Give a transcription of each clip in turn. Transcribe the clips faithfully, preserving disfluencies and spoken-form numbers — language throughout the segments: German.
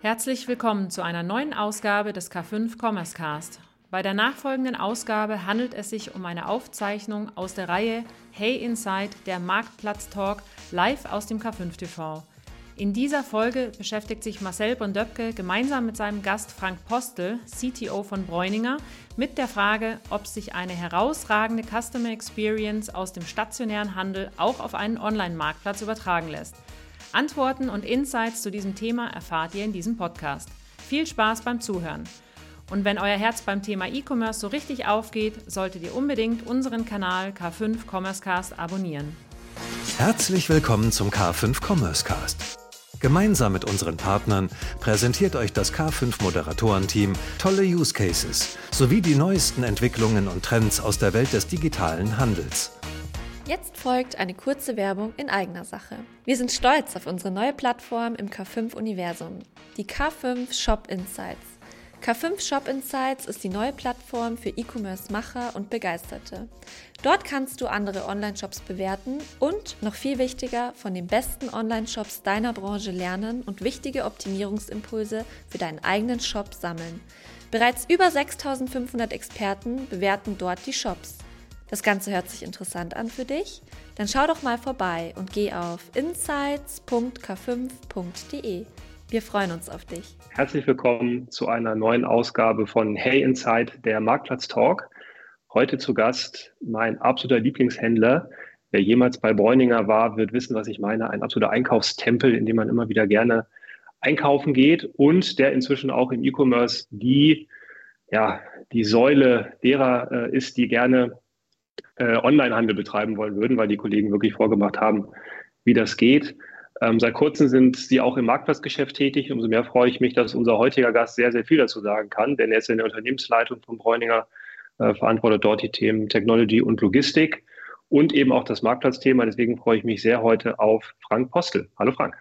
Herzlich willkommen zu einer neuen Ausgabe des K fünf Commerce Cast. Bei der nachfolgenden Ausgabe handelt es sich um eine Aufzeichnung aus der Reihe Hey Inside, der Marktplatz-Talk, live aus dem K fünf T V. In dieser Folge beschäftigt sich Marcel Bondöpke gemeinsam mit seinem Gast Frank Postel, C T O von Breuninger, mit der Frage, ob sich eine herausragende Customer Experience aus dem stationären Handel auch auf einen Online-Marktplatz übertragen lässt. Antworten und Insights zu diesem Thema erfahrt ihr in diesem Podcast. Viel Spaß beim Zuhören. Und wenn euer Herz beim Thema E-Commerce so richtig aufgeht, solltet ihr unbedingt unseren Kanal K fünf Commerce Cast abonnieren. Herzlich willkommen zum K fünf Commerce Cast. Gemeinsam mit unseren Partnern präsentiert euch das K fünf Moderatorenteam tolle Use Cases sowie die neuesten Entwicklungen und Trends aus der Welt des digitalen Handels. Jetzt folgt eine kurze Werbung in eigener Sache. Wir sind stolz auf unsere neue Plattform im K fünf Universum, die K fünf Shop Insights. K fünf Shop Insights ist die neue Plattform für E-Commerce-Macher und Begeisterte. Dort kannst du andere Online-Shops bewerten und, noch viel wichtiger, von den besten Online-Shops deiner Branche lernen und wichtige Optimierungsimpulse für deinen eigenen Shop sammeln. Bereits über sechstausendfünfhundert Experten bewerten dort die Shops. Das Ganze hört sich interessant an für dich? Dann schau doch mal vorbei und geh auf insights punkt k fünf punkt de. Wir freuen uns auf dich. Herzlich willkommen zu einer neuen Ausgabe von Hey Inside, der Marktplatz-Talk. Heute zu Gast mein absoluter Lieblingshändler. Wer jemals bei Breuninger war, wird wissen, was ich meine. Ein absoluter Einkaufstempel, in dem man immer wieder gerne einkaufen geht und der inzwischen auch im E-Commerce die, ja, die Säule derer äh, ist, die gerne äh, Onlinehandel betreiben wollen würden, weil die Kollegen wirklich vorgemacht haben, wie das geht. Ähm, seit kurzem sind sie auch im Marktplatzgeschäft tätig. Umso mehr freue ich mich, dass unser heutiger Gast sehr, sehr viel dazu sagen kann, denn er ist in der Unternehmensleitung von Breuninger, äh, verantwortet dort die Themen Technology und Logistik und eben auch das Marktplatzthema. Deswegen freue ich mich sehr heute auf Frank Postel. Hallo Frank.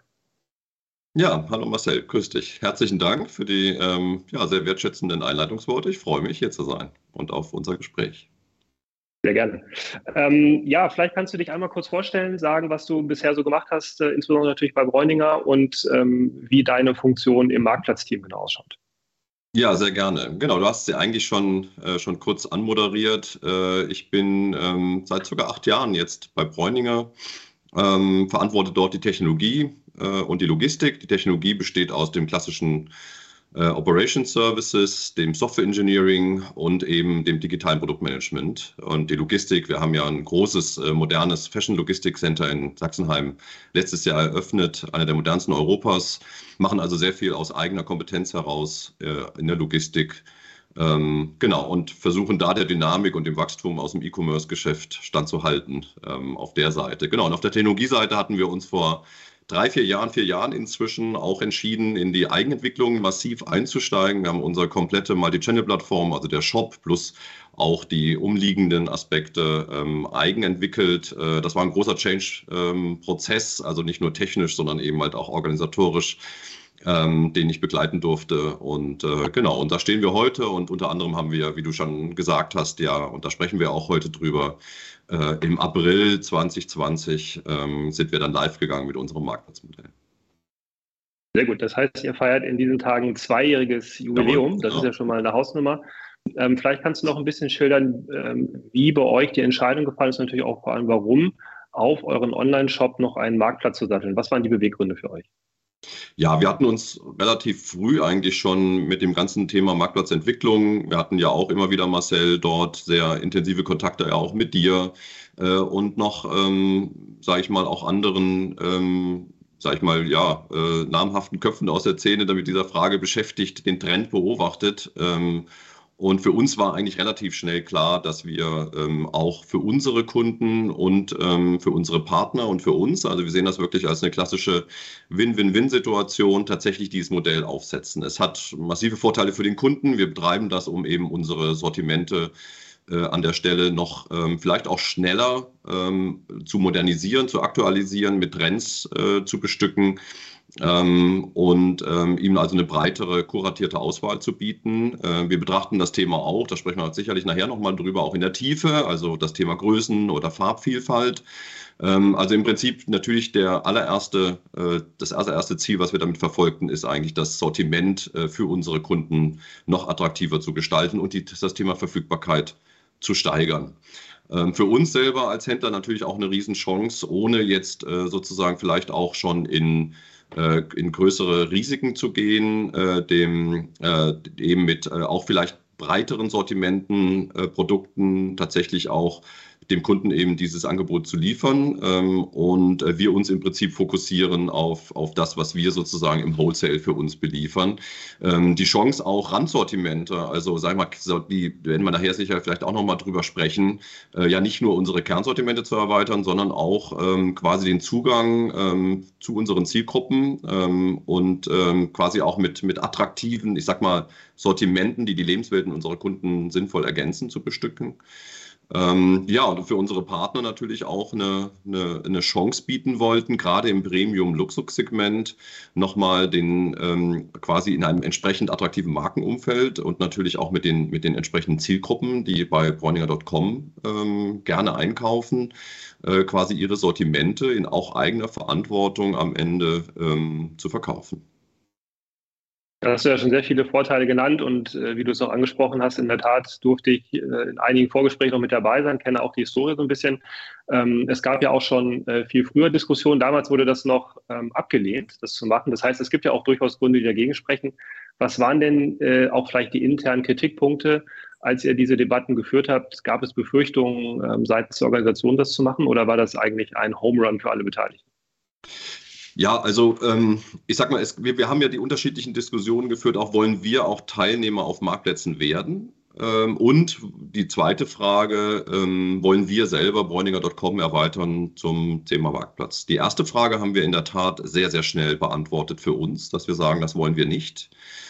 Ja, hallo Marcel, grüß dich. Herzlichen Dank für die ähm, ja, sehr wertschätzenden Einleitungsworte. Ich freue mich, hier zu sein und auf unser Gespräch. Sehr gerne. Ähm, ja, vielleicht kannst du dich einmal kurz vorstellen, sagen, was du bisher so gemacht hast, äh, insbesondere natürlich bei Breuninger und ähm, wie deine Funktion im Marktplatzteam genau ausschaut. Ja, sehr gerne. Genau, du hast sie eigentlich schon, äh, schon kurz anmoderiert. Äh, ich bin ähm, seit circa acht Jahren jetzt bei Breuninger, ähm, verantworte dort die Technologie äh, und die Logistik. Die Technologie besteht aus dem klassischen Uh, Operations Services, dem Software Engineering und eben dem digitalen Produktmanagement. Und die Logistik, wir haben ja ein großes, äh, modernes Fashion Logistik Center in Sachsenheim letztes Jahr eröffnet, einer der modernsten Europas, machen also sehr viel aus eigener Kompetenz heraus äh, in der Logistik. Ähm, genau, und versuchen da der Dynamik und dem Wachstum aus dem E-Commerce-Geschäft standzuhalten ähm, auf der Seite. Genau, und auf der Technologieseite hatten wir uns vor drei, vier Jahren, vier Jahren inzwischen auch entschieden, in die Eigenentwicklung massiv einzusteigen. Wir haben unsere komplette Multi-Channel-Plattform, also der Shop plus auch die umliegenden Aspekte ähm, eigenentwickelt. Äh, das war ein großer Change-Prozess, ähm, also nicht nur technisch, sondern eben halt auch organisatorisch, ähm, den ich begleiten durfte. Und äh, genau, und da stehen wir heute und unter anderem haben wir, wie du schon gesagt hast, ja, und da sprechen wir auch heute drüber, Äh, im April zwanzig zwanzig ähm, sind wir dann live gegangen mit unserem Marktplatzmodell. Sehr gut, das heißt, ihr feiert in diesen Tagen ein zweijähriges Jubiläum, das ja. ist ja schon mal eine Hausnummer. Ähm, vielleicht kannst du noch ein bisschen schildern, ähm, wie bei euch die Entscheidung gefallen ist, natürlich auch vor allem, warum auf euren Online-Shop noch einen Marktplatz zu satteln. Was waren die Beweggründe für euch? Ja, wir hatten uns relativ früh eigentlich schon mit dem ganzen Thema Marktplatzentwicklung, wir hatten ja auch immer wieder, Marcel, dort sehr intensive Kontakte, ja auch mit dir äh, und noch, ähm, sage ich mal, auch anderen, ähm, sage ich mal, ja, äh, namhaften Köpfen aus der Szene damit dieser Frage beschäftigt, den Trend beobachtet. Ähm, Und für uns war eigentlich relativ schnell klar, dass wir ähm, auch für unsere Kunden und ähm, für unsere Partner und für uns, also wir sehen das wirklich als eine klassische Win-Win-Win-Situation, tatsächlich dieses Modell aufsetzen. Es hat massive Vorteile für den Kunden. Wir betreiben das, um eben unsere Sortimente äh, an der Stelle noch ähm, vielleicht auch schneller ähm, zu modernisieren, zu aktualisieren, mit Trends äh, zu bestücken. ähm, und ähm, ihm also eine breitere, kuratierte Auswahl zu bieten. Äh, wir betrachten das Thema auch, da sprechen wir sicherlich nachher nochmal drüber, auch in der Tiefe, also das Thema Größen oder Farbvielfalt. Ähm, also im Prinzip natürlich der allererste, äh, das allererste Ziel, was wir damit verfolgten, ist eigentlich das Sortiment äh, für unsere Kunden noch attraktiver zu gestalten und die, das Thema Verfügbarkeit zu steigern. Für uns selber als Händler natürlich auch eine Riesenchance, ohne jetzt äh, sozusagen vielleicht auch schon in, äh, in größere Risiken zu gehen, äh, dem, äh, eben mit äh, auch vielleicht breiteren Sortimenten, äh, Produkten tatsächlich auch dem Kunden eben dieses Angebot zu liefern ähm, und äh, wir uns im Prinzip fokussieren auf, auf das, was wir sozusagen im Wholesale für uns beliefern. Ähm, die Chance auch Randsortimente, also sag ich mal, so die werden wir nachher sicher vielleicht auch nochmal drüber sprechen, äh, ja nicht nur unsere Kernsortimente zu erweitern, sondern auch ähm, quasi den Zugang ähm, zu unseren Zielgruppen ähm, und ähm, quasi auch mit, mit attraktiven, ich sag mal, Sortimenten, die die Lebenswelten unserer Kunden sinnvoll ergänzen, zu bestücken. Ähm, ja, und für unsere Partner natürlich auch eine, eine, eine Chance bieten wollten, gerade im Premium-Luxus-Segment nochmal den ähm, quasi in einem entsprechend attraktiven Markenumfeld und natürlich auch mit den, mit den entsprechenden Zielgruppen, die bei Bräuninger Punkt com ähm, gerne einkaufen, äh, quasi ihre Sortimente in auch eigener Verantwortung am Ende ähm, zu verkaufen. Da hast du ja schon sehr viele Vorteile genannt und äh, wie du es auch angesprochen hast, in der Tat durfte ich äh, in einigen Vorgesprächen noch mit dabei sein, kenne auch die Historie so ein bisschen. Ähm, es gab ja auch schon äh, viel früher Diskussionen. Damals wurde das noch ähm, abgelehnt, das zu machen. Das heißt, es gibt ja auch durchaus Gründe, die dagegen sprechen. Was waren denn äh, auch vielleicht die internen Kritikpunkte, als ihr diese Debatten geführt habt? Gab es Befürchtungen ähm, seitens der Organisation, das zu machen, oder war das eigentlich ein Home Run für alle Beteiligten? Ja, also ähm, ich sag mal, es, wir, wir haben ja die unterschiedlichen Diskussionen geführt, auch wollen wir auch Teilnehmer auf Marktplätzen werden? Ähm, und die zweite Frage, ähm, wollen wir selber Bräuninger Punkt com erweitern zum Thema Marktplatz? Die erste Frage haben wir in der Tat sehr, sehr schnell beantwortet für uns, dass wir sagen, das wollen wir nicht.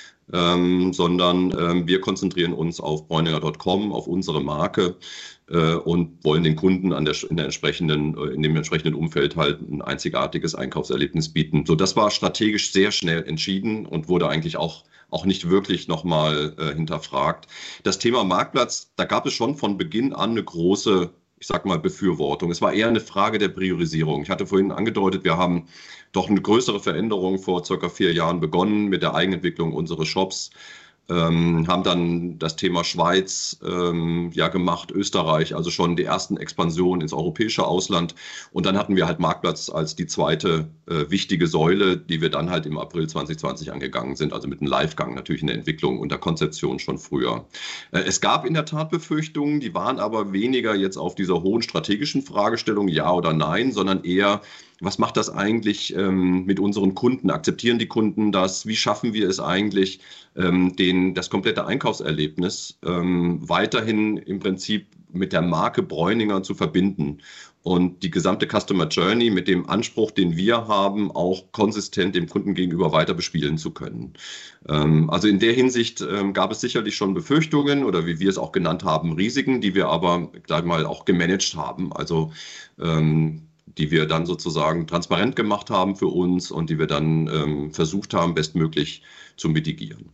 Ähm, sondern ähm, wir konzentrieren uns auf Bräuninger Punkt com, auf unsere Marke äh, und wollen den Kunden an der, in, der entsprechenden, in dem entsprechenden Umfeld halt ein einzigartiges Einkaufserlebnis bieten. So, das war strategisch sehr schnell entschieden und wurde eigentlich auch, auch nicht wirklich nochmal äh, hinterfragt. Das Thema Marktplatz, da gab es schon von Beginn an eine große, ich sag mal, Befürwortung. Es war eher eine Frage der Priorisierung. Ich hatte vorhin angedeutet, wir haben doch eine größere Veränderung vor circa vier Jahren begonnen mit der Eigenentwicklung unseres Shops. Ähm, haben dann das Thema Schweiz ähm, ja gemacht, Österreich, also schon die ersten Expansionen ins europäische Ausland. Und dann hatten wir halt Marktplatz als die zweite äh, wichtige Säule, die wir dann halt im April zwanzig zwanzig angegangen sind, also mit einem Livegang natürlich in der Entwicklung und der Konzeption schon früher. Äh, es gab in der Tat Befürchtungen, die waren aber weniger jetzt auf dieser hohen strategischen Fragestellung, ja oder nein, sondern eher, was macht das eigentlich ähm, mit unseren Kunden? Akzeptieren die Kunden das? Wie schaffen wir es eigentlich, ähm, den, das komplette Einkaufserlebnis ähm, weiterhin im Prinzip mit der Marke Bräuninger zu verbinden und die gesamte Customer Journey mit dem Anspruch, den wir haben, auch konsistent dem Kunden gegenüber weiter bespielen zu können. Ähm, also in der Hinsicht ähm, gab es sicherlich schon Befürchtungen oder wie wir es auch genannt haben, Risiken, die wir aber, sag ich mal, auch gemanagt haben. Also ähm, die wir dann sozusagen transparent gemacht haben für uns und die wir dann ähm, versucht haben, bestmöglich zu mitigieren.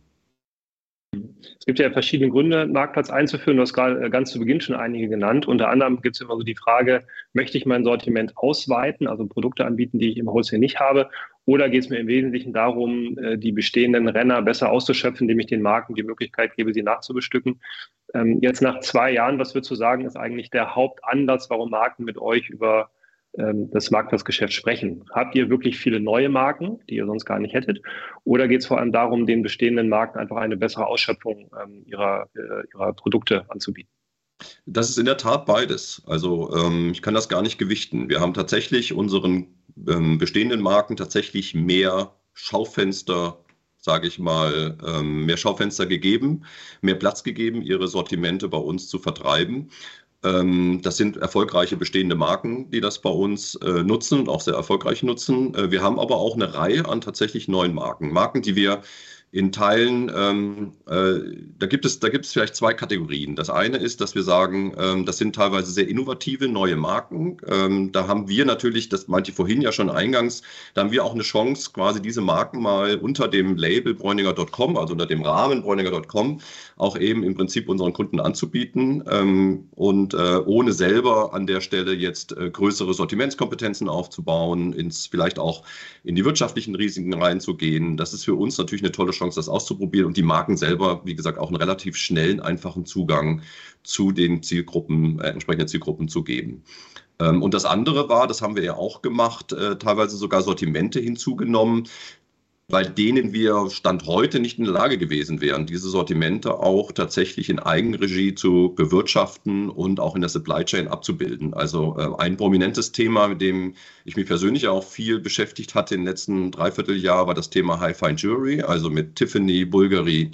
Es gibt ja verschiedene Gründe, einen Marktplatz einzuführen. Du hast gerade ganz zu Beginn schon einige genannt. Unter anderem gibt es immer so die Frage, möchte ich mein Sortiment ausweiten, also Produkte anbieten, die ich im Wholesale nicht habe, oder geht es mir im Wesentlichen darum, die bestehenden Renner besser auszuschöpfen, indem ich den Marken die Möglichkeit gebe, sie nachzubestücken? Jetzt nach zwei Jahren, was würdest du sagen, ist eigentlich der Hauptanlass, warum Marken mit euch über das Marktplatzgeschäft sprechen? Habt ihr wirklich viele neue Marken, die ihr sonst gar nicht hättet? Oder geht es vor allem darum, den bestehenden Marken einfach eine bessere Ausschöpfung ähm, ihrer, äh, ihrer Produkte anzubieten? Das ist in der Tat beides. Also ähm, ich kann das gar nicht gewichten. Wir haben tatsächlich unseren ähm, bestehenden Marken tatsächlich mehr Schaufenster, sage ich mal, ähm, mehr Schaufenster gegeben, mehr Platz gegeben, ihre Sortimente bei uns zu vertreiben. Das sind erfolgreiche bestehende Marken, die das bei uns äh, nutzen und auch sehr erfolgreich nutzen. Äh, wir haben aber auch eine Reihe an tatsächlich neuen Marken. Marken, die wir in Teilen, ähm, äh, da gibt es, da gibt es vielleicht zwei Kategorien. Das eine ist, dass wir sagen, ähm, das sind teilweise sehr innovative neue Marken. Ähm, da haben wir natürlich, das meinte ich vorhin ja schon eingangs, da haben wir auch eine Chance, quasi diese Marken mal unter dem Label Bräuninger Punkt com, also unter dem Rahmen Bräuninger Punkt com, auch eben im Prinzip unseren Kunden anzubieten ähm, und äh, ohne selber an der Stelle jetzt äh, größere Sortimentskompetenzen aufzubauen, ins vielleicht auch in die wirtschaftlichen Risiken reinzugehen. Das ist für uns natürlich eine tolle Chance, das auszuprobieren und die Marken selber, wie gesagt, auch einen relativ schnellen, einfachen Zugang zu den Zielgruppen, äh, entsprechenden Zielgruppen zu geben. Ähm, und das andere war, das haben wir ja auch gemacht, äh, teilweise sogar Sortimente hinzugenommen, bei denen wir Stand heute nicht in der Lage gewesen wären, diese Sortimente auch tatsächlich in Eigenregie zu bewirtschaften und auch in der Supply Chain abzubilden. Also äh, ein prominentes Thema, mit dem ich mich persönlich auch viel beschäftigt hatte im letzten Dreivierteljahr, war das Thema High Fine Jewelry, also mit Tiffany, Bulgari.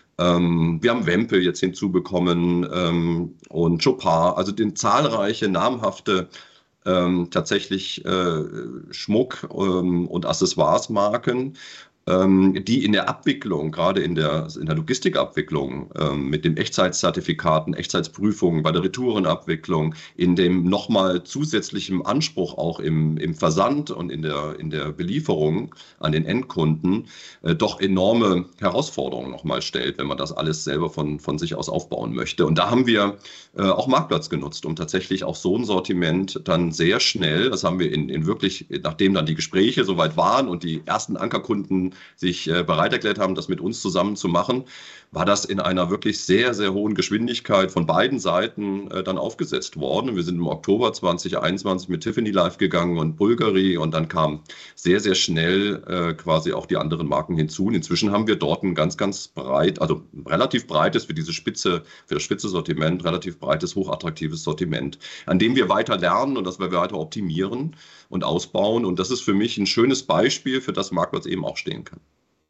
Ähm, wir haben Wempe jetzt hinzubekommen ähm, und Chopard, also den zahlreiche namhafte Ähm, tatsächlich äh, Schmuck ähm, und Accessoires-Marken, ähm, die in der Abwicklung, gerade in der, in der Logistikabwicklung, ähm, mit den Echtzeitzertifikaten, Echtzeitsprüfungen, bei der Retourenabwicklung, in dem nochmal zusätzlichen Anspruch auch im, im Versand und in der, in der Belieferung an den Endkunden äh, doch enorme Herausforderungen nochmal stellt, wenn man das alles selber von, von sich aus aufbauen möchte. Und da haben wir äh, auch Marktplatz genutzt, um tatsächlich auch so ein Sortiment dann sehr schnell, das haben wir in, in wirklich, nachdem dann die Gespräche soweit waren und die ersten Ankerkunden sich äh, bereit erklärt haben, das mit uns zusammen zu machen, war das in einer wirklich sehr, sehr hohen Geschwindigkeit von beiden Seiten äh, dann aufgesetzt worden. Wir sind im Oktober zwanzig einundzwanzig mit Tiffany live gegangen und Bulgari und dann kamen sehr, sehr schnell äh, quasi auch die anderen Marken hinzu. Und inzwischen haben wir dort ein ganz, ganz breit, also relativ breites für diese Spitze, für das Spitze-Sortiment, relativ breites, hochattraktives Sortiment, an dem wir weiter lernen und das wir weiter optimieren und ausbauen. Und das ist für mich ein schönes Beispiel, für das Marktplatz eben auch stehen kann.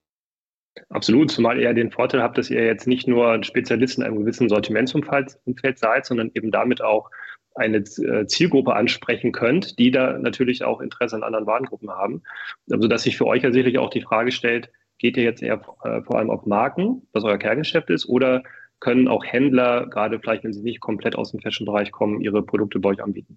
Absolut, zumal ihr den Vorteil habt, dass ihr jetzt nicht nur ein Spezialist in einem gewissen Sortimentsumfeld seid, sondern eben damit auch eine Zielgruppe ansprechen könnt, die da natürlich auch Interesse an anderen Warengruppen haben. Also dass sich für euch ja sicherlich auch die Frage stellt, geht ihr jetzt eher äh, vor allem auf Marken, was euer Kerngeschäft ist, oder können auch Händler, gerade vielleicht, wenn sie nicht komplett aus dem Fashion-Bereich kommen, ihre Produkte bei euch anbieten?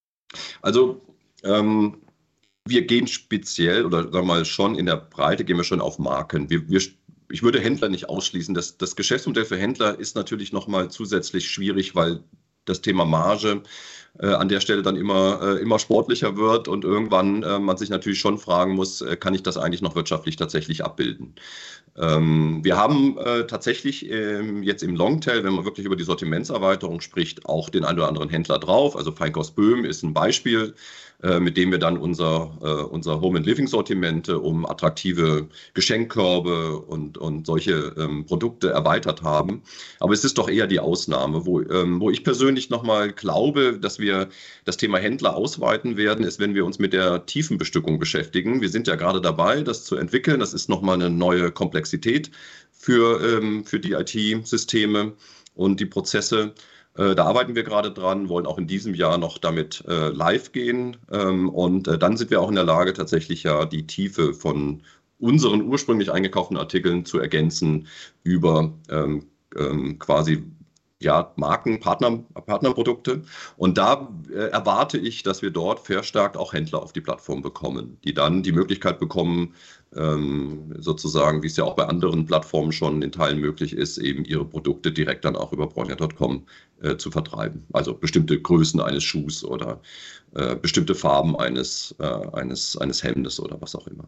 Also ähm wir gehen speziell oder sagen wir mal schon in der Breite gehen wir schon auf Marken. Wir, wir, ich würde Händler nicht ausschließen. Das, das Geschäftsmodell für Händler ist natürlich nochmal zusätzlich schwierig, weil das Thema Marge äh, an der Stelle dann immer, äh, immer sportlicher wird und irgendwann äh, man sich natürlich schon fragen muss, äh, kann ich das eigentlich noch wirtschaftlich tatsächlich abbilden? Ähm, wir haben äh, tatsächlich ähm, jetzt im Longtail, wenn man wirklich über die Sortimentserweiterung spricht, auch den einen oder anderen Händler drauf. Also Feinkost Böhm ist ein Beispiel, äh, mit dem wir dann unser, äh, unser Home and Living Sortimente um attraktive Geschenkkörbe und, und solche ähm, Produkte erweitert haben. Aber es ist doch eher die Ausnahme, wo, ähm, wo ich persönlich nochmal glaube, dass wir das Thema Händler ausweiten werden, ist, wenn wir uns mit der Tiefenbestückung beschäftigen. Wir sind ja gerade dabei, das zu entwickeln. Das ist nochmal eine neue Komplexität für, ähm, für die I T-Systeme und die Prozesse. Äh, da arbeiten wir gerade dran, wollen auch in diesem Jahr noch damit äh, live gehen. Ähm, und äh, dann sind wir auch in der Lage, tatsächlich ja die Tiefe von unseren ursprünglich eingekauften Artikeln zu ergänzen über ähm, ähm, quasi ja, Marken, Partner, Partnerprodukte. Und da äh, erwarte ich, dass wir dort verstärkt auch Händler auf die Plattform bekommen, die dann die Möglichkeit bekommen, ähm, sozusagen, wie es ja auch bei anderen Plattformen schon in Teilen möglich ist, eben ihre Produkte direkt dann auch über Bräuninger Punkt com äh, zu vertreiben. Also bestimmte Größen eines Schuhs oder äh, bestimmte Farben eines, äh, eines, eines Hemdes oder was auch immer.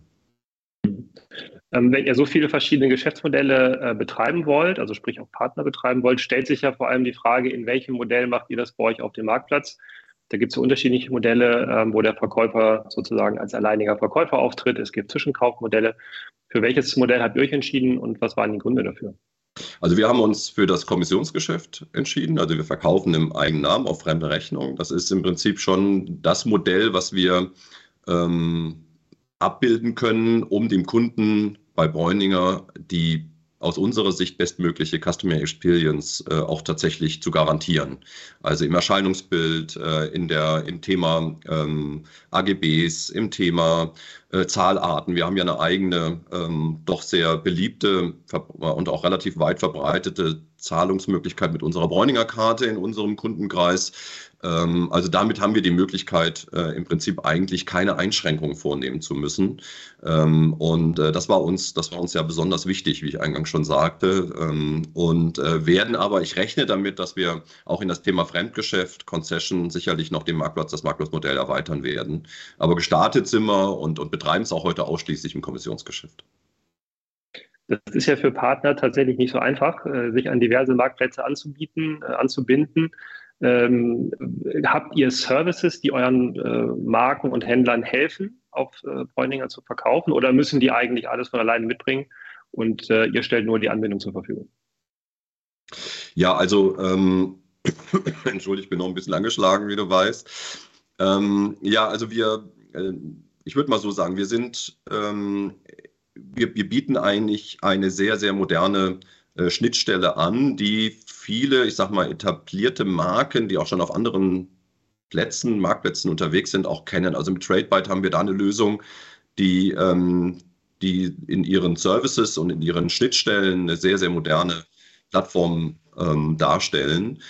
Ähm, wenn ihr so viele verschiedene Geschäftsmodelle äh, betreiben wollt, also sprich auch Partner betreiben wollt, stellt sich ja vor allem die Frage, in welchem Modell macht ihr das bei euch auf dem Marktplatz? Da gibt es ja unterschiedliche Modelle, ähm, wo der Verkäufer sozusagen als alleiniger Verkäufer auftritt. Es gibt Zwischenkaufmodelle. Für welches Modell habt ihr euch entschieden und was waren die Gründe dafür? Also wir haben uns für das Kommissionsgeschäft entschieden. Also wir verkaufen im eigenen Namen auf fremde Rechnung. Das ist im Prinzip schon das Modell, was wir ähm, abbilden können, um dem Kunden bei Bräuninger die aus unserer Sicht bestmögliche Customer Experience äh, auch tatsächlich zu garantieren. Also im Erscheinungsbild, äh, in der, im Thema ähm, A G Bs, im Thema äh, Zahlarten. Wir haben ja eine eigene, ähm, doch sehr beliebte und auch relativ weit verbreitete Zahlungsmöglichkeit mit unserer Bräuninger Karte in unserem Kundenkreis. Ähm, also damit haben wir die Möglichkeit, äh, im Prinzip eigentlich keine Einschränkungen vornehmen zu müssen. Ähm, und äh, das war uns, das war uns ja besonders wichtig, wie ich eingangs schon sagte. Ähm, und äh, werden aber, ich rechne damit, dass wir auch in das Thema Fremdgeschäft, Concession sicherlich noch den Marktplatz, das Marktplatzmodell erweitern werden. Aber gestartet sind wir und, und betreiben es auch heute ausschließlich im Kommissionsgeschäft. Das ist ja für Partner tatsächlich nicht so einfach, sich an diverse Marktplätze anzubieten, anzubinden. Ähm, habt ihr Services, die euren äh, Marken und Händlern helfen, auf äh, Bräuninger zu verkaufen, oder müssen die eigentlich alles von alleine mitbringen und äh, ihr stellt nur die Anbindung zur Verfügung? Ja, also, ähm, entschuldige, ich bin noch ein bisschen angeschlagen, wie du weißt. Ähm, ja, also wir, äh, ich würde mal so sagen, wir sind, ähm, wir, wir bieten eigentlich eine sehr, sehr moderne äh, Schnittstelle an, die viele, ich sag mal, etablierte Marken, die auch schon auf anderen Plätzen, Marktplätzen unterwegs sind, auch kennen. Also mit TradeByte haben wir da eine Lösung, die, ähm, die in ihren Services und in ihren Schnittstellen eine sehr, sehr moderne Plattform ähm, darstellen.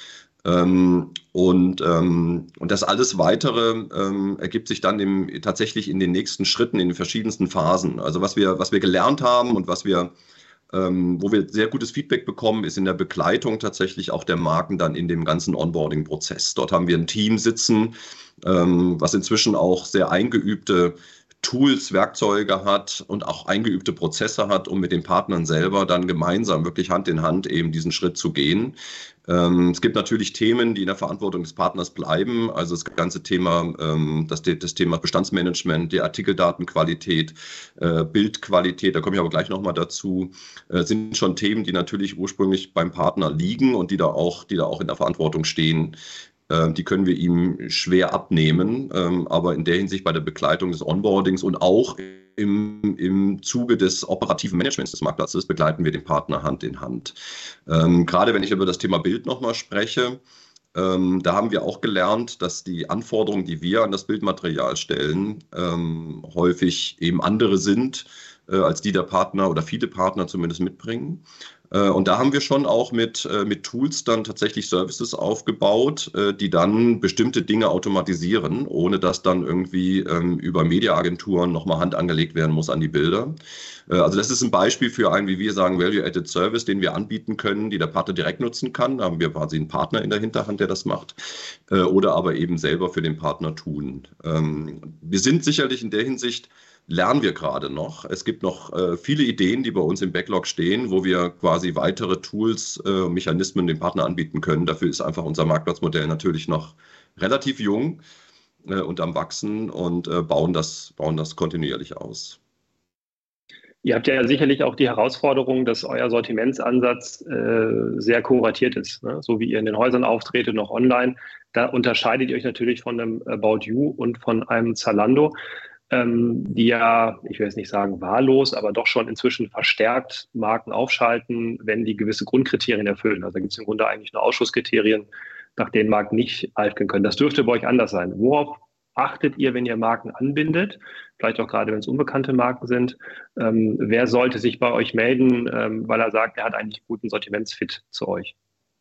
Ähm, und, ähm, und das alles Weitere ähm, ergibt sich dann im, tatsächlich in den nächsten Schritten, in den verschiedensten Phasen. Also was wir, was wir gelernt haben und was wir Ähm, wo wir sehr gutes Feedback bekommen, ist in der Begleitung tatsächlich auch der Marken dann in dem ganzen Onboarding-Prozess. Dort haben wir ein Team sitzen, ähm, was inzwischen auch sehr eingeübte Tools, Werkzeuge hat und auch eingeübte Prozesse hat, um mit den Partnern selber dann gemeinsam wirklich Hand in Hand eben diesen Schritt zu gehen. Ähm, es gibt natürlich Themen, die in der Verantwortung des Partners bleiben. Also das ganze Thema, ähm, das, das Thema Bestandsmanagement, die Artikeldatenqualität, äh, Bildqualität, da komme ich aber gleich nochmal dazu, äh, sind schon Themen, die natürlich ursprünglich beim Partner liegen und die da auch, die da auch in der Verantwortung stehen. Die können wir ihm schwer abnehmen, aber in der Hinsicht bei der Begleitung des Onboardings und auch im, im Zuge des operativen Managements des Marktplatzes begleiten wir den Partner Hand in Hand. Ähm, gerade wenn ich über das Thema Bild nochmal spreche, ähm, da haben wir auch gelernt, dass die Anforderungen, die wir an das Bildmaterial stellen, ähm, häufig eben andere sind, äh, als die der Partner oder viele Partner zumindest mitbringen. Und da haben wir schon auch mit, mit Tools dann tatsächlich Services aufgebaut, die dann bestimmte Dinge automatisieren, ohne dass dann irgendwie ähm, über Mediaagenturen nochmal Hand angelegt werden muss an die Bilder. Also das ist ein Beispiel für einen, wie wir sagen, Value-Added Service, den wir anbieten können, die der Partner direkt nutzen kann. Da haben wir quasi einen Partner in der Hinterhand, der das macht, oder aber eben selber für den Partner tun. Ähm, wir sind sicherlich in der Hinsicht, lernen wir gerade noch. Es gibt noch äh, viele Ideen, die bei uns im Backlog stehen, wo wir quasi weitere Tools, äh, Mechanismen dem Partner anbieten können. Dafür ist einfach unser Marktplatzmodell natürlich noch relativ jung äh, und am Wachsen und äh, bauen das, bauen das kontinuierlich aus. Ihr habt ja sicherlich auch die Herausforderung, dass euer Sortimentsansatz äh, sehr kuratiert ist, ne? So wie ihr in den Häusern auftretet, noch online. Da unterscheidet ihr euch natürlich von einem About You und von einem Zalando, Ähm, die ja, ich will jetzt nicht sagen wahllos, aber doch schon inzwischen verstärkt Marken aufschalten, wenn die gewisse Grundkriterien erfüllen. Also da gibt es im Grunde eigentlich nur Ausschusskriterien, nach denen Marken nicht altern können. Das dürfte bei euch anders sein. Worauf achtet ihr, wenn ihr Marken anbindet? Vielleicht auch gerade, wenn es unbekannte Marken sind. Ähm, wer sollte sich bei euch melden, ähm, weil er sagt, er hat eigentlich guten Sortimentsfit zu euch?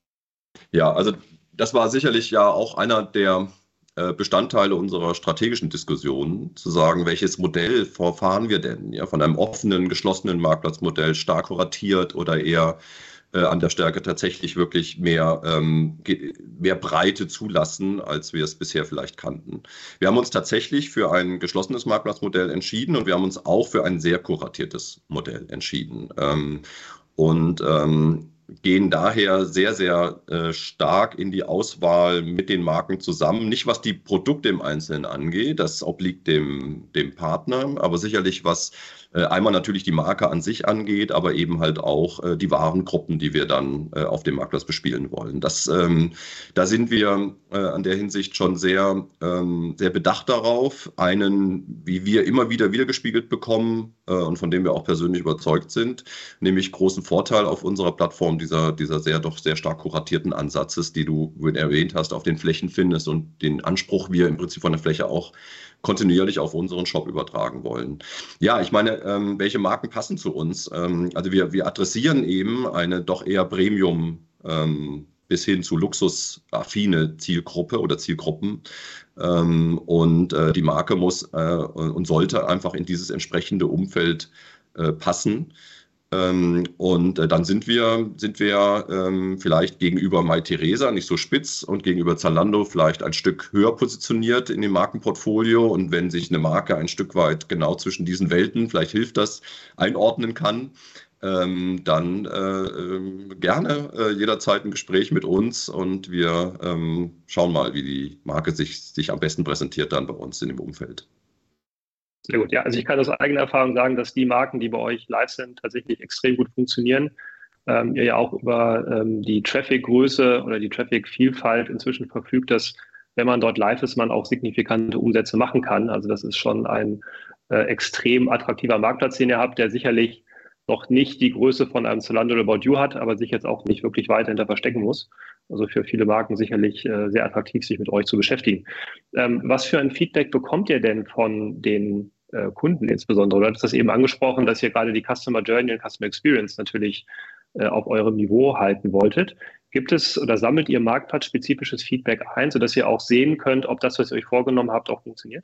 Ja, also das war sicherlich ja auch einer der Bestandteile unserer strategischen Diskussion, zu sagen, welches Modell verfahren wir denn? Ja, von einem offenen, geschlossenen Marktplatzmodell, stark kuratiert oder eher äh, an der Stärke tatsächlich wirklich mehr, ähm, mehr Breite zulassen, als wir es bisher vielleicht kannten. Wir haben uns tatsächlich für ein geschlossenes Marktplatzmodell entschieden und wir haben uns auch für ein sehr kuratiertes Modell entschieden. Ähm, und ähm, gehen daher sehr, sehr äh, stark in die Auswahl mit den Marken zusammen. Nicht, was die Produkte im Einzelnen angeht, das obliegt dem, dem Partner, aber sicherlich, was Äh, einmal natürlich die Marke an sich angeht, aber eben halt auch äh, die Warengruppen, die wir dann äh, auf dem Marktplatz bespielen wollen. Das, ähm, da sind wir äh, an der Hinsicht schon sehr, ähm, sehr bedacht darauf, einen, wie wir immer wieder wiedergespiegelt bekommen äh, und von dem wir auch persönlich überzeugt sind, nämlich großen Vorteil auf unserer Plattform dieser, dieser sehr doch sehr stark kuratierten Ansatzes, die du erwähnt hast, auf den Flächen findest und den Anspruch wir im Prinzip von der Fläche auch kontinuierlich auf unseren Shop übertragen wollen. Ja, ich meine, ähm, welche Marken passen zu uns? Ähm, also wir, wir adressieren eben eine doch eher Premium ähm, bis hin zu luxusaffine Zielgruppe oder Zielgruppen. Ähm, und äh, die Marke muss äh, und sollte einfach in dieses entsprechende Umfeld äh, passen. Ähm, und äh, dann sind wir, sind wir ähm, vielleicht gegenüber Mytheresa nicht so spitz und gegenüber Zalando vielleicht ein Stück höher positioniert in dem Markenportfolio. Und wenn sich eine Marke ein Stück weit genau zwischen diesen Welten, vielleicht hilft das, einordnen kann, ähm, dann äh, äh, gerne äh, jederzeit ein Gespräch mit uns und wir ähm, schauen mal, wie die Marke sich, sich am besten präsentiert dann bei uns in dem Umfeld. Sehr gut, ja, also ich kann aus eigener Erfahrung sagen, dass die Marken, die bei euch live sind, tatsächlich extrem gut funktionieren. Ähm, ihr ja auch über ähm, die Traffic-Größe oder die Traffic-Vielfalt inzwischen verfügt, dass, wenn man dort live ist, man auch signifikante Umsätze machen kann. Also das ist schon ein äh, extrem attraktiver Marktplatz, den ihr habt, der sicherlich noch nicht die Größe von einem Zalando oder About You hat, aber sich jetzt auch nicht wirklich weiter hinter verstecken muss. Also für viele Marken sicherlich äh, sehr attraktiv, sich mit euch zu beschäftigen. Ähm, was für ein Feedback bekommt ihr denn von den äh, Kunden insbesondere? Du hattest das eben angesprochen, dass ihr gerade die Customer Journey und Customer Experience natürlich äh, auf eurem Niveau halten wolltet. Gibt es oder sammelt ihr marktplatzspezifisches Feedback ein, sodass ihr auch sehen könnt, ob das, was ihr euch vorgenommen habt, auch funktioniert?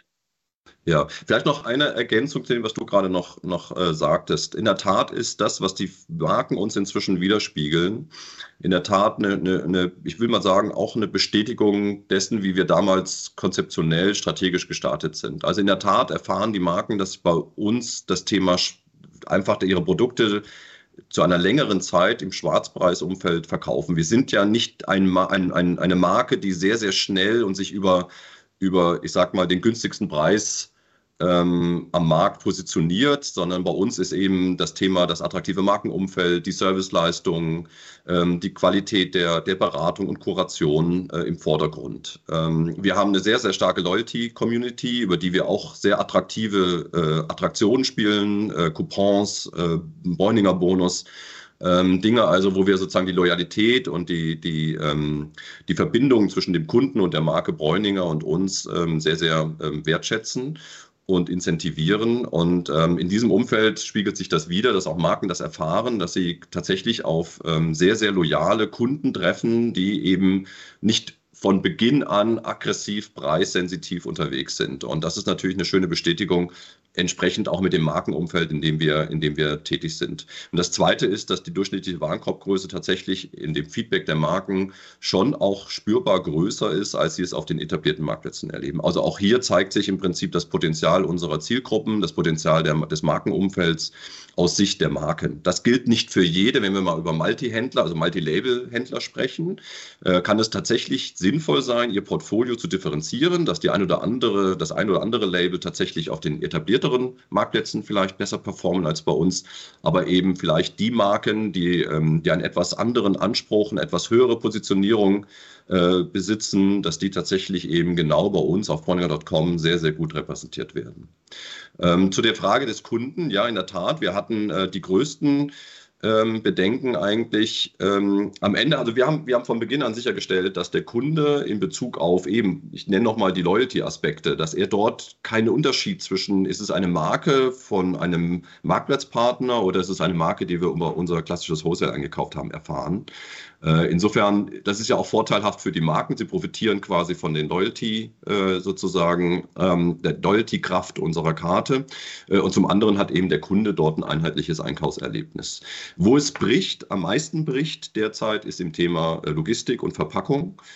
Ja, vielleicht noch eine Ergänzung zu dem, was du gerade noch, noch äh, sagtest. In der Tat ist das, was die Marken uns inzwischen widerspiegeln, in der Tat eine, eine, eine, ich will mal sagen, auch eine Bestätigung dessen, wie wir damals konzeptionell, strategisch gestartet sind. Also in der Tat erfahren die Marken, dass bei uns das Thema einfach ihre Produkte zu einer längeren Zeit im Schwarzpreisumfeld verkaufen. Wir sind ja nicht ein, ein, ein, eine Marke, die sehr, sehr schnell und sich über, über, ich sag mal, den günstigsten Preis ähm, am Markt positioniert, sondern bei uns ist eben das Thema das attraktive Markenumfeld, die Serviceleistungen, ähm, die Qualität der, der Beratung und Kuration äh, im Vordergrund. Ähm, wir haben eine sehr, sehr starke Loyalty-Community, über die wir auch sehr attraktive äh, Attraktionen spielen, äh, Coupons, äh, Bräuninger Bonus. Ähm, Dinge also, wo wir sozusagen die Loyalität und die, die, ähm, die Verbindung zwischen dem Kunden und der Marke Bräuninger und uns ähm, sehr, sehr ähm, wertschätzen und incentivieren. Und ähm, in diesem Umfeld spiegelt sich das wider, dass auch Marken das erfahren, dass sie tatsächlich auf ähm, sehr, sehr loyale Kunden treffen, die eben nicht von Beginn an aggressiv, preissensitiv unterwegs sind. Und das ist natürlich eine schöne Bestätigung, entsprechend auch mit dem Markenumfeld, in dem wir, in dem wir tätig sind. Und das Zweite ist, dass die durchschnittliche Warenkorbgröße tatsächlich in dem Feedback der Marken schon auch spürbar größer ist, als sie es auf den etablierten Marktplätzen erleben. Also auch hier zeigt sich im Prinzip das Potenzial unserer Zielgruppen, das Potenzial der, des Markenumfelds aus Sicht der Marken. Das gilt nicht für jede. Wenn wir mal über Multi-Händler, also Multi-Label-Händler sprechen, äh, kann es tatsächlich sinnvoll sein, ihr Portfolio zu differenzieren, dass die ein oder andere, das ein oder andere Label tatsächlich auf den etablierten Marktplätzen vielleicht besser performen als bei uns, aber eben vielleicht die Marken, die, ähm, die einen etwas anderen Anspruch, eine etwas höhere Positionierung äh, besitzen, dass die tatsächlich eben genau bei uns auf bräuninger Punkt com sehr, sehr gut repräsentiert werden. Ähm, zu der Frage des Kunden, ja, in der Tat, wir hatten äh, die größten Ähm, Bedenken eigentlich ähm, am Ende, also wir haben, wir haben von Beginn an sichergestellt, dass der Kunde in Bezug auf eben, ich nenne nochmal die Loyalty-Aspekte, dass er dort keinen Unterschied zwischen, ist es eine Marke von einem Marktplatzpartner oder ist es eine Marke, die wir über unser klassisches Wholesale eingekauft haben, erfahren. Äh, insofern, das ist ja auch vorteilhaft für die Marken, sie profitieren quasi von den Loyalty äh, sozusagen, ähm, der Loyalty-Kraft unserer Karte äh, und zum anderen hat eben der Kunde dort ein einheitliches Einkaufserlebnis. Wo es bricht, am meisten bricht derzeit, ist im Thema Logistik und Verpackung.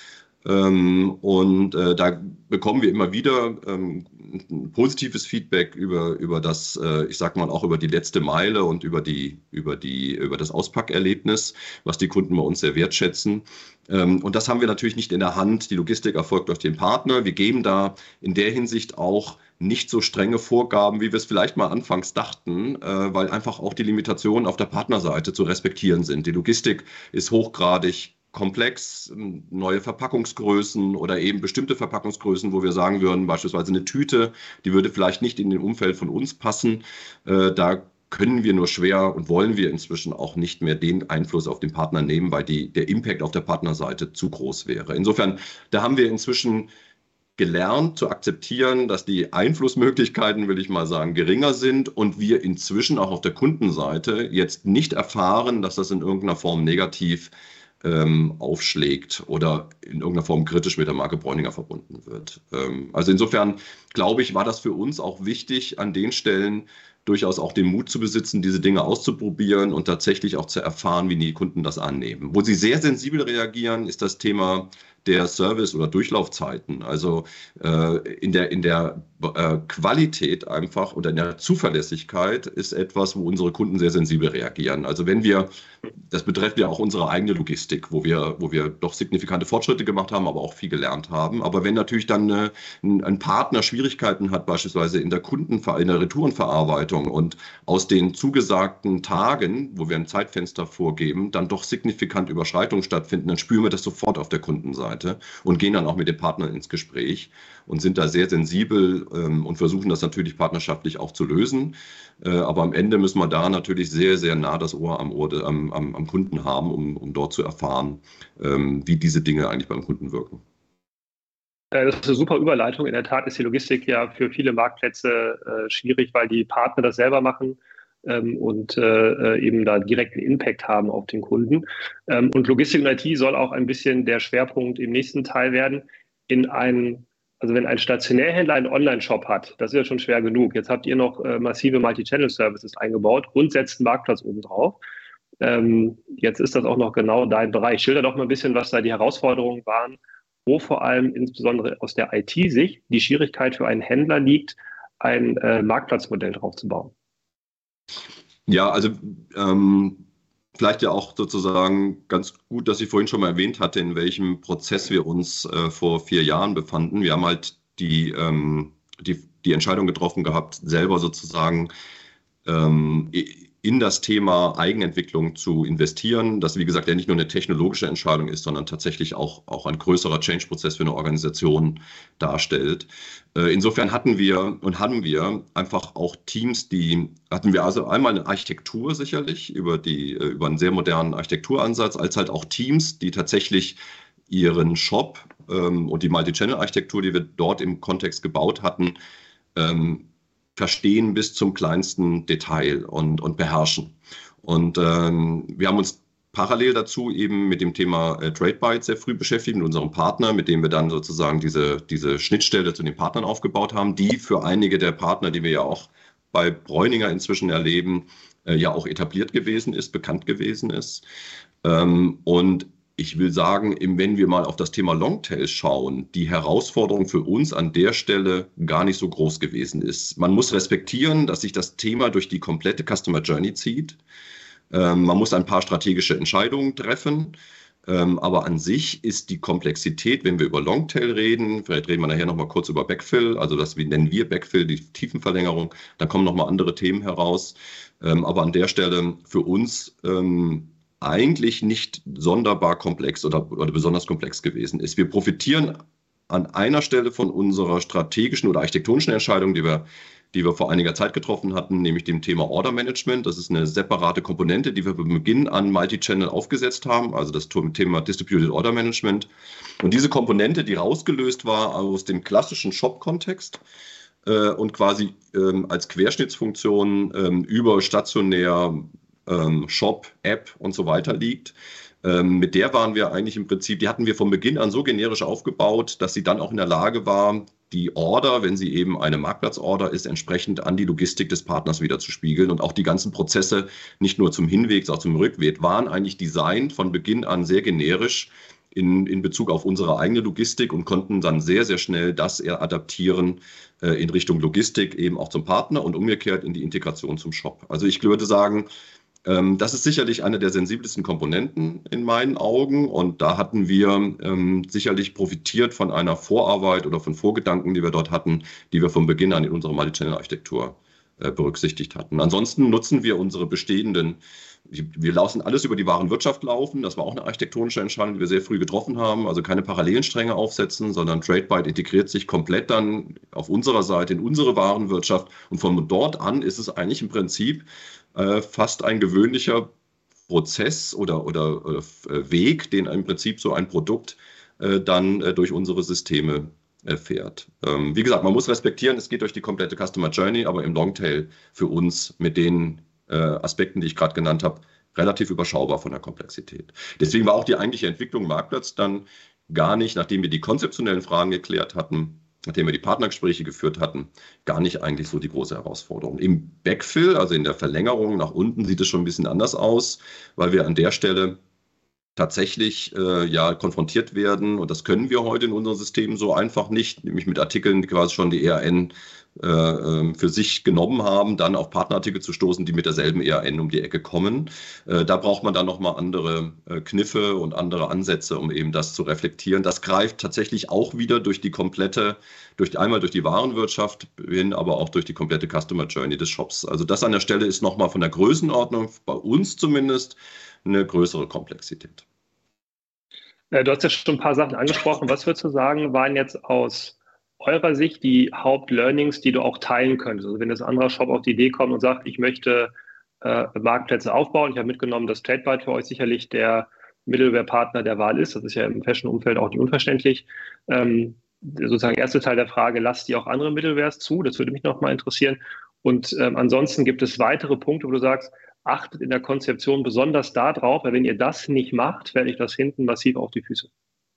Ähm, und äh, da bekommen wir immer wieder ähm, positives Feedback über, über das, äh, ich sag mal, auch über die letzte Meile und über die, über die, über das Auspackerlebnis, was die Kunden bei uns sehr wertschätzen. Ähm, und das haben wir natürlich nicht in der Hand. Die Logistik erfolgt durch den Partner. Wir geben da in der Hinsicht auch nicht so strenge Vorgaben, wie wir es vielleicht mal anfangs dachten, äh, weil einfach auch die Limitationen auf der Partnerseite zu respektieren sind. Die Logistik ist hochgradig komplex, neue Verpackungsgrößen oder eben bestimmte Verpackungsgrößen, wo wir sagen würden, beispielsweise eine Tüte, die würde vielleicht nicht in den Umfeld von uns passen. Äh, da können wir nur schwer und wollen wir inzwischen auch nicht mehr den Einfluss auf den Partner nehmen, weil die, der Impact auf der Partnerseite zu groß wäre. Insofern, da haben wir inzwischen gelernt zu akzeptieren, dass die Einflussmöglichkeiten, will ich mal sagen, geringer sind und wir inzwischen auch auf der Kundenseite jetzt nicht erfahren, dass das in irgendeiner Form negativ ähm, aufschlägt oder in irgendeiner Form kritisch mit der Marke Breuninger verbunden wird. Ähm, also insofern, glaube ich, war das für uns auch wichtig, an den Stellen durchaus auch den Mut zu besitzen, diese Dinge auszuprobieren und tatsächlich auch zu erfahren, wie die Kunden das annehmen. Wo sie sehr sensibel reagieren, ist das Thema der Service- oder Durchlaufzeiten. Also äh, in der, in der äh, Qualität einfach oder in der Zuverlässigkeit ist etwas, wo unsere Kunden sehr sensibel reagieren. Also wenn wir, das betrifft ja auch unsere eigene Logistik, wo wir, wo wir doch signifikante Fortschritte gemacht haben, aber auch viel gelernt haben. Aber wenn natürlich dann äh, ein, ein Partner Schwierigkeiten hat, beispielsweise in der Kunden, in der Retourenverarbeitung und aus den zugesagten Tagen, wo wir ein Zeitfenster vorgeben, dann doch signifikant Überschreitungen stattfinden, dann spüren wir das sofort auf der Kundenseite und gehen dann auch mit den Partnern ins Gespräch und sind da sehr sensibel ähm, und versuchen das natürlich partnerschaftlich auch zu lösen. Äh, aber am Ende müssen wir da natürlich sehr, sehr nah das Ohr am, Ohr, am, am, am Kunden haben, um, um dort zu erfahren, ähm, wie diese Dinge eigentlich beim Kunden wirken. Das ist eine super Überleitung. In der Tat ist die Logistik ja für viele Marktplätze äh, schwierig, weil die Partner das selber machen ähm, und äh, eben da direkten Impact haben auf den Kunden. Ähm, und Logistik und I T soll auch ein bisschen der Schwerpunkt im nächsten Teil werden. In einen, also wenn ein Stationärhändler einen Online-Shop hat, das ist ja schon schwer genug. Jetzt habt ihr noch äh, massive Multi-Channel-Services eingebaut und setzt einen Marktplatz oben drauf. Ähm, jetzt ist das auch noch genau dein Bereich. Schilder doch mal ein bisschen, was da die Herausforderungen waren, wo vor allem insbesondere aus der I T-Sicht die Schwierigkeit für einen Händler liegt, ein äh, Marktplatzmodell draufzubauen. Ja, also ähm, vielleicht ja auch sozusagen ganz gut, dass ich vorhin schon mal erwähnt hatte, in welchem Prozess wir uns äh, vor vier Jahren befanden. Wir haben halt die, ähm, die, die Entscheidung getroffen gehabt, selber sozusagen ähm, in das Thema Eigenentwicklung zu investieren, das wie gesagt ja nicht nur eine technologische Entscheidung ist, sondern tatsächlich auch, auch ein größerer Change-Prozess für eine Organisation darstellt. Insofern hatten wir und haben wir einfach auch Teams, die hatten wir also einmal eine Architektur sicherlich über, die, über einen sehr modernen Architekturansatz, als halt auch Teams, die tatsächlich ihren Shop ähm, und die Multi-Channel-Architektur, die wir dort im Kontext gebaut hatten, ähm, verstehen bis zum kleinsten Detail und, und beherrschen. Und ähm, wir haben uns parallel dazu eben mit dem Thema äh, TradeByte sehr früh beschäftigt, mit unserem Partner, mit dem wir dann sozusagen diese, diese Schnittstelle zu den Partnern aufgebaut haben, die für einige der Partner, die wir ja auch bei Breuninger inzwischen erleben, äh, ja auch etabliert gewesen ist, bekannt gewesen ist. Ähm, und ich will sagen, wenn wir mal auf das Thema Longtail schauen, die Herausforderung für uns an der Stelle gar nicht so groß gewesen ist. Man muss respektieren, dass sich das Thema durch die komplette Customer Journey zieht. Ähm, man muss ein paar strategische Entscheidungen treffen. Ähm, aber an sich ist die Komplexität, wenn wir über Longtail reden, vielleicht reden wir nachher nochmal kurz über Backfill, also das nennen wir Backfill, die Tiefenverlängerung, dann kommen nochmal andere Themen heraus. Ähm, aber an der Stelle für uns ähm, eigentlich nicht sonderbar komplex oder, oder besonders komplex gewesen ist. Wir profitieren an einer Stelle von unserer strategischen oder architektonischen Entscheidung, die wir, die wir vor einiger Zeit getroffen hatten, nämlich dem Thema Order Management. Das ist eine separate Komponente, die wir von Beginn an Multi-Channel aufgesetzt haben, also das Thema Distributed Order Management. Und diese Komponente, die rausgelöst war aus dem klassischen Shop-Kontext, und quasi ähm, als Querschnittsfunktion ähm, über stationär ähm, Shop, App und so weiter liegt. Ähm, mit der waren wir eigentlich im Prinzip, die hatten wir von Beginn an so generisch aufgebaut, dass sie dann auch in der Lage war, die Order, wenn sie eben eine Marktplatzorder ist, entsprechend an die Logistik des Partners wieder zu spiegeln. Und auch die ganzen Prozesse, nicht nur zum Hinweg, sondern auch zum Rückweg, waren eigentlich designt von Beginn an sehr generisch in, in Bezug auf unsere eigene Logistik und konnten dann sehr, sehr schnell das eher adaptieren äh, in Richtung Logistik, eben auch zum Partner und umgekehrt in die Integration zum Shop. Also ich würde sagen, ähm, das ist sicherlich eine der sensibelsten Komponenten in meinen Augen und da hatten wir ähm, sicherlich profitiert von einer Vorarbeit oder von Vorgedanken, die wir dort hatten, die wir von Beginn an in unserer Multichannel-Architektur äh, berücksichtigt hatten. Ansonsten nutzen wir unsere bestehenden Wir lassen alles über die Warenwirtschaft laufen. Das war auch eine architektonische Entscheidung, die wir sehr früh getroffen haben. Also keine parallelen Stränge aufsetzen, sondern TradeByte integriert sich komplett dann auf unserer Seite in unsere Warenwirtschaft. Und von dort an ist es eigentlich im Prinzip äh, fast ein gewöhnlicher Prozess oder, oder, oder Weg, den im Prinzip so ein Produkt äh, dann äh, durch unsere Systeme äh, fährt. Ähm, wie gesagt, man muss respektieren, es geht durch die komplette Customer Journey, aber im Longtail für uns mit den Aspekten, die ich gerade genannt habe, relativ überschaubar von der Komplexität. Deswegen war auch die eigentliche Entwicklung Marktplatz dann gar nicht, nachdem wir die konzeptionellen Fragen geklärt hatten, nachdem wir die Partnergespräche geführt hatten, gar nicht eigentlich so die große Herausforderung. Im Backfill, also in der Verlängerung nach unten, sieht es schon ein bisschen anders aus, weil wir an der Stelle tatsächlich äh, ja konfrontiert werden, und das können wir heute in unseren Systemen so einfach nicht, nämlich mit Artikeln, die quasi schon die E R N äh, für sich genommen haben, dann auf Partnerartikel zu stoßen, die mit derselben E R N um die Ecke kommen. Äh, da braucht man dann nochmal andere äh, Kniffe und andere Ansätze, um eben das zu reflektieren. Das greift tatsächlich auch wieder durch die komplette, durch einmal durch die Warenwirtschaft hin, aber auch durch die komplette Customer Journey des Shops. Also das an der Stelle ist nochmal von der Größenordnung, bei uns zumindest, eine größere Komplexität. Du hast ja schon ein paar Sachen angesprochen. Was würdest du sagen, waren jetzt aus eurer Sicht die Hauptlearnings, die du auch teilen könntest? Also wenn jetzt ein anderer Shop auf die Idee kommt und sagt, ich möchte äh, Marktplätze aufbauen. Ich habe mitgenommen, dass TradeByte für euch sicherlich der Middleware-Partner der Wahl ist. Das ist ja im Fashion-Umfeld auch nicht unverständlich. Ähm, sozusagen erste Teil der Frage, lasst ihr auch andere Middlewares zu? Das würde mich nochmal interessieren. Und ähm, ansonsten gibt es weitere Punkte, wo du sagst, achtet in der Konzeption besonders darauf, weil wenn ihr das nicht macht, werde ich das hinten massiv auf die Füße.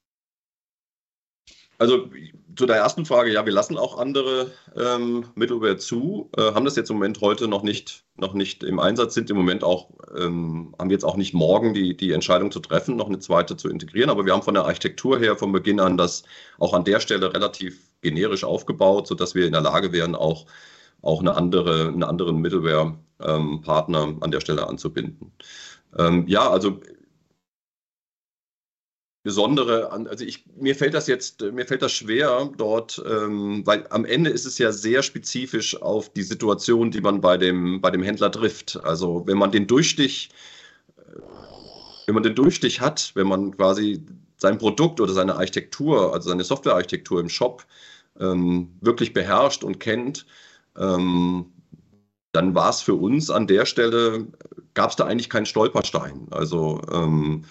Also zu der ersten Frage, ja, wir lassen auch andere ähm, Middleware zu, äh, haben das jetzt im Moment heute noch nicht, noch nicht im Einsatz, sind im Moment auch, ähm, haben jetzt auch nicht morgen die, die Entscheidung zu treffen, noch eine zweite zu integrieren, aber wir haben von der Architektur her von Beginn an das auch an der Stelle relativ generisch aufgebaut, sodass wir in der Lage wären, auch auch eine andere, einen anderen Middleware-Partner ähm, an der Stelle anzubinden. Ähm, ja, also besondere, also ich, mir fällt das jetzt, mir fällt das schwer dort, ähm, weil am Ende ist es ja sehr spezifisch auf die Situation, die man bei dem, bei dem Händler trifft. Also wenn man den Durchstich, wenn man den Durchstich hat, wenn man quasi sein Produkt oder seine Architektur, also seine Softwarearchitektur im Shop ähm, wirklich beherrscht und kennt, Ähm, dann war es für uns an der Stelle, gab es da eigentlich keinen Stolperstein. Also ähm,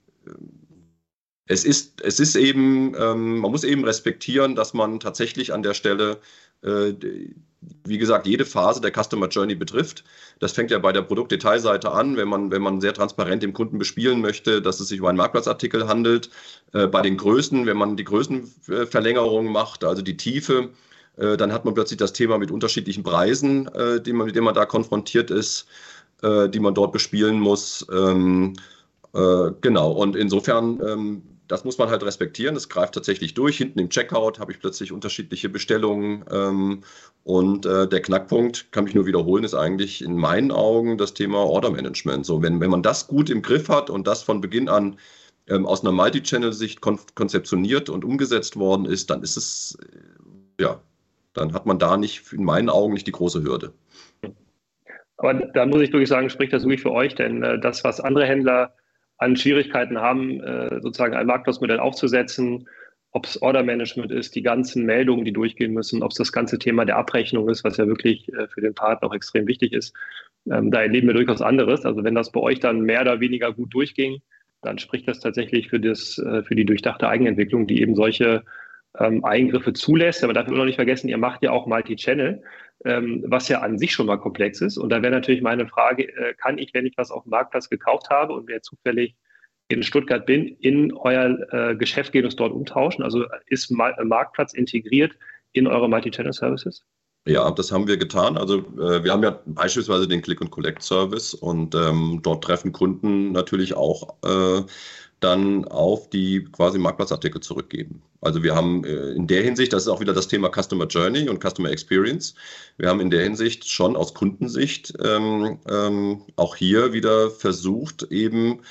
es ist, es ist eben, ähm, man muss eben respektieren, dass man tatsächlich an der Stelle, äh, wie gesagt, jede Phase der Customer Journey betrifft. Das fängt ja bei der Produktdetailseite an, wenn man, wenn man sehr transparent dem Kunden bespielen möchte, dass es sich um einen Marktplatzartikel handelt. Äh, bei den Größen, wenn man die Größenverlängerung macht, also die Tiefe, dann hat man plötzlich das Thema mit unterschiedlichen Preisen, äh, die man, mit denen man da konfrontiert ist, äh, die man dort bespielen muss. Ähm, äh, genau, und insofern, ähm, das muss man halt respektieren, das greift tatsächlich durch. Hinten im Checkout habe ich plötzlich unterschiedliche Bestellungen ähm, und äh, der Knackpunkt, kann mich nur wiederholen, ist eigentlich in meinen Augen das Thema Order Management. So, wenn, wenn man das gut im Griff hat und das von Beginn an ähm, aus einer Multi-Channel-Sicht kon- konzeptioniert und umgesetzt worden ist, dann ist es, äh, ja, dann hat man da nicht, in meinen Augen, nicht die große Hürde. Aber da muss ich wirklich sagen, spricht das wirklich für euch, denn äh, das, was andere Händler an Schwierigkeiten haben, äh, sozusagen ein Marktplatzmodell aufzusetzen, ob es Order-Management ist, die ganzen Meldungen, die durchgehen müssen, ob es das ganze Thema der Abrechnung ist, was ja wirklich äh, für den Partner auch extrem wichtig ist, ähm, da erleben wir durchaus anderes. Also wenn das bei euch dann mehr oder weniger gut durchging, dann spricht das tatsächlich für, das, äh, für die durchdachte Eigenentwicklung, die eben solche Ähm, Eingriffe zulässt, aber darf man noch nicht vergessen, ihr macht ja auch Multi-Channel, ähm, was ja an sich schon mal komplex ist. Und da wäre natürlich meine Frage, äh, kann ich, wenn ich was auf dem Marktplatz gekauft habe und mir zufällig in Stuttgart bin, in euer äh, Geschäft gehen und es dort umtauschen? Also ist Ma- Marktplatz integriert in eure Multi-Channel-Services? Ja, das haben wir getan. Also äh, wir haben ja beispielsweise den Click-and-Collect-Service und ähm, dort treffen Kunden natürlich auch äh, dann auf die quasi Marktplatzartikel zurückgeben. Also wir haben äh, in der Hinsicht, das ist auch wieder das Thema Customer Journey und Customer Experience, wir haben in der Hinsicht schon aus Kundensicht ähm, ähm, auch hier wieder versucht, eben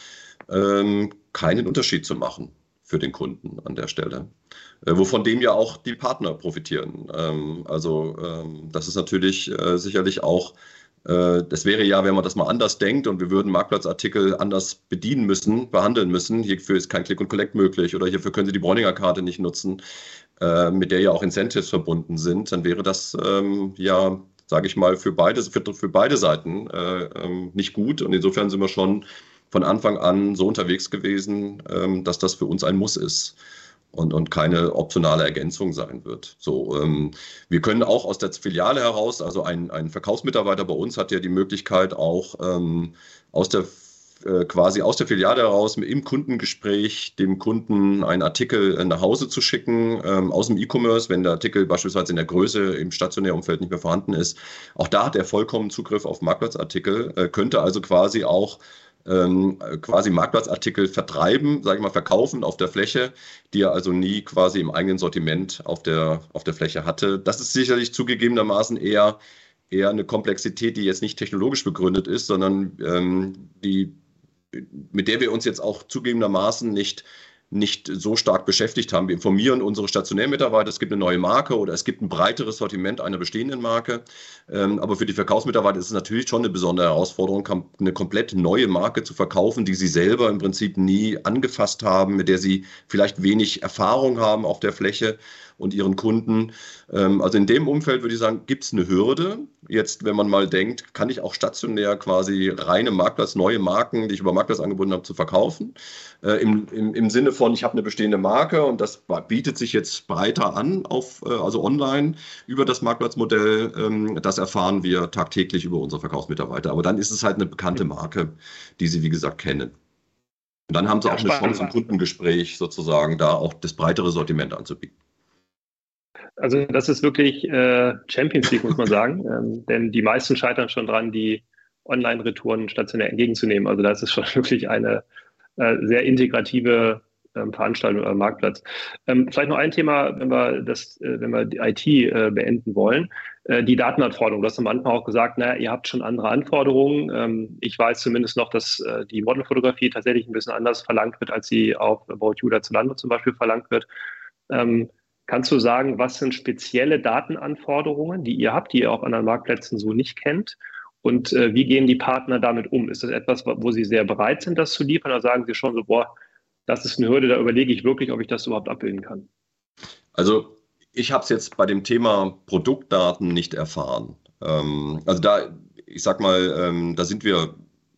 ähm, keinen Unterschied zu machen für den Kunden an der Stelle. Äh, wovon dem ja auch die Partner profitieren. Ähm, also ähm, das ist natürlich äh, sicherlich auch das wäre ja, wenn man das mal anders denkt und wir würden Marktplatzartikel anders bedienen müssen, behandeln müssen. Hierfür ist kein Click and Collect möglich oder hierfür können Sie die Bräuninger-Karte nicht nutzen, äh, mit der ja auch Incentives verbunden sind. Dann wäre das ähm, ja, sage ich mal, für beide, für, für beide Seiten äh, ähm, nicht gut. Und insofern sind wir schon von Anfang an so unterwegs gewesen, ähm, dass das für uns ein Muss ist. Und, und keine optionale Ergänzung sein wird. So, ähm, wir können auch aus der Filiale heraus, also ein, ein Verkaufsmitarbeiter bei uns hat ja die Möglichkeit auch ähm, aus der äh, quasi aus der Filiale heraus im Kundengespräch dem Kunden einen Artikel nach Hause zu schicken, ähm, aus dem E-Commerce, wenn der Artikel beispielsweise in der Größe im stationären Umfeld nicht mehr vorhanden ist. Auch da hat er vollkommen Zugriff auf Marktplatzartikel, äh, könnte also quasi auch Ähm, quasi Marktplatzartikel vertreiben, sage ich mal, verkaufen auf der Fläche, die er also nie quasi im eigenen Sortiment auf der, auf der Fläche hatte. Das ist sicherlich zugegebenermaßen eher, eher eine Komplexität, die jetzt nicht technologisch begründet ist, sondern ähm, die, mit der wir uns jetzt auch zugegebenermaßen nicht nicht so stark beschäftigt haben. Wir informieren unsere stationären Mitarbeiter, es gibt eine neue Marke oder es gibt ein breiteres Sortiment einer bestehenden Marke. Ähm, aber für die Verkaufsmitarbeiter ist es natürlich schon eine besondere Herausforderung, eine komplett neue Marke zu verkaufen, die sie selber im Prinzip nie angefasst haben, mit der sie vielleicht wenig Erfahrung haben auf der Fläche und ihren Kunden. Ähm, also in dem Umfeld würde ich sagen, gibt es eine Hürde. Jetzt, wenn man mal denkt, kann ich auch stationär quasi reine Marktplatz, neue Marken, die ich über Marktplatz angeboten habe, zu verkaufen. Äh, im, im, Im Sinne von, ich habe eine bestehende Marke und das bietet sich jetzt breiter an, auf, äh, also online über das Marktplatzmodell. Ähm, das erfahren wir tagtäglich über unsere Verkaufsmitarbeiter. Aber dann ist es halt eine bekannte Marke, die sie, wie gesagt, kennen. Und dann haben sie ja, auch eine Chance im Kundengespräch sozusagen, da auch das breitere Sortiment anzubieten. Also das ist wirklich äh, Champions League, muss man sagen, ähm, denn die meisten scheitern schon dran, die Online-Retouren stationär entgegenzunehmen. Also das ist schon wirklich eine äh, sehr integrative ähm, Veranstaltung oder Marktplatz. Ähm, vielleicht noch ein Thema, wenn wir das, äh, wenn wir die I T äh, beenden wollen, äh, die Datenanforderungen. Du hast am Anfang auch gesagt, naja, ihr habt schon andere Anforderungen. Ähm, ich weiß zumindest noch, dass äh, die Modelfotografie tatsächlich ein bisschen anders verlangt wird, als sie auf About You oder Zalando zum Beispiel verlangt wird. Ähm, Kannst du sagen, was sind spezielle Datenanforderungen, die ihr habt, die ihr auf anderen Marktplätzen so nicht kennt? Und äh, wie gehen die Partner damit um? Ist das etwas, wo sie sehr bereit sind, das zu liefern? Oder sagen sie schon so, boah, das ist eine Hürde, da überlege ich wirklich, ob ich das überhaupt abbilden kann? Also ich habe es jetzt bei dem Thema Produktdaten nicht erfahren. Ähm, also da, ich sag mal, ähm, da sind wir,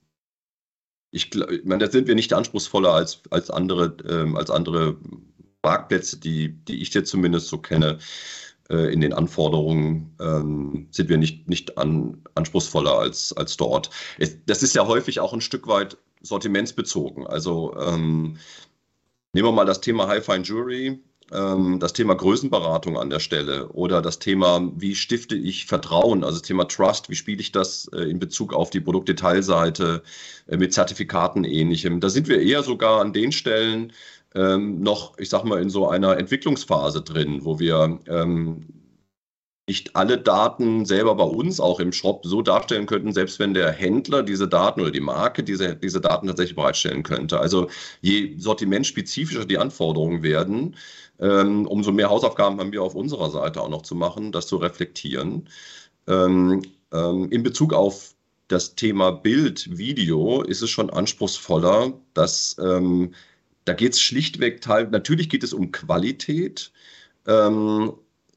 ich, ich meine, da sind wir nicht anspruchsvoller als, als andere, ähm, als andere Marktplätze, die, die ich jetzt zumindest so kenne, äh, in den Anforderungen ähm, sind wir nicht, nicht an, anspruchsvoller als, als dort. Es, das ist ja häufig auch ein Stück weit sortimentsbezogen. Also ähm, nehmen wir mal das Thema High-Fine Jewelry, ähm, das Thema Größenberatung an der Stelle oder das Thema, wie stifte ich Vertrauen, also das Thema Trust, wie spiele ich das äh, in Bezug auf die Produktdetailseite äh, mit Zertifikaten ähnlichem. Da sind wir eher sogar an den Stellen, Ähm, noch, ich sag mal, in so einer Entwicklungsphase drin, wo wir ähm, nicht alle Daten selber bei uns auch im Shop so darstellen könnten, selbst wenn der Händler diese Daten oder die Marke diese, diese Daten tatsächlich bereitstellen könnte. Also je sortimentspezifischer die Anforderungen werden, ähm, umso mehr Hausaufgaben haben wir auf unserer Seite auch noch zu machen, das zu reflektieren. Ähm, ähm, in Bezug auf das Thema Bild, Video ist es schon anspruchsvoller, dass ähm, da geht es schlichtweg, natürlich geht es um Qualität. Ähm,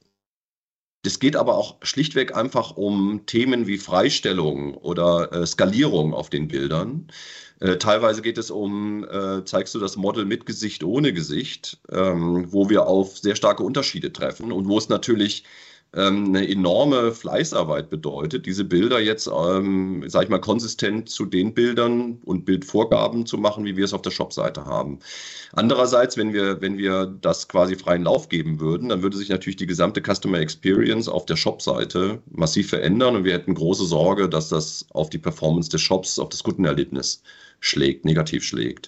es geht aber auch schlichtweg einfach um Themen wie Freistellung oder äh, Skalierung auf den Bildern. Äh, teilweise geht es um, äh, zeigst du das Model mit Gesicht, ohne Gesicht, ähm, wo wir auf sehr starke Unterschiede treffen und wo es natürlich eine enorme Fleißarbeit bedeutet, diese Bilder jetzt, ähm, sage ich mal, konsistent zu den Bildern und Bildvorgaben zu machen, wie wir es auf der Shopseite haben. Andererseits, wenn wir, wenn wir das quasi freien Lauf geben würden, dann würde sich natürlich die gesamte Customer Experience auf der Shopseite massiv verändern und wir hätten große Sorge, dass das auf die Performance des Shops, auf das Kundenerlebnis schlägt, negativ schlägt.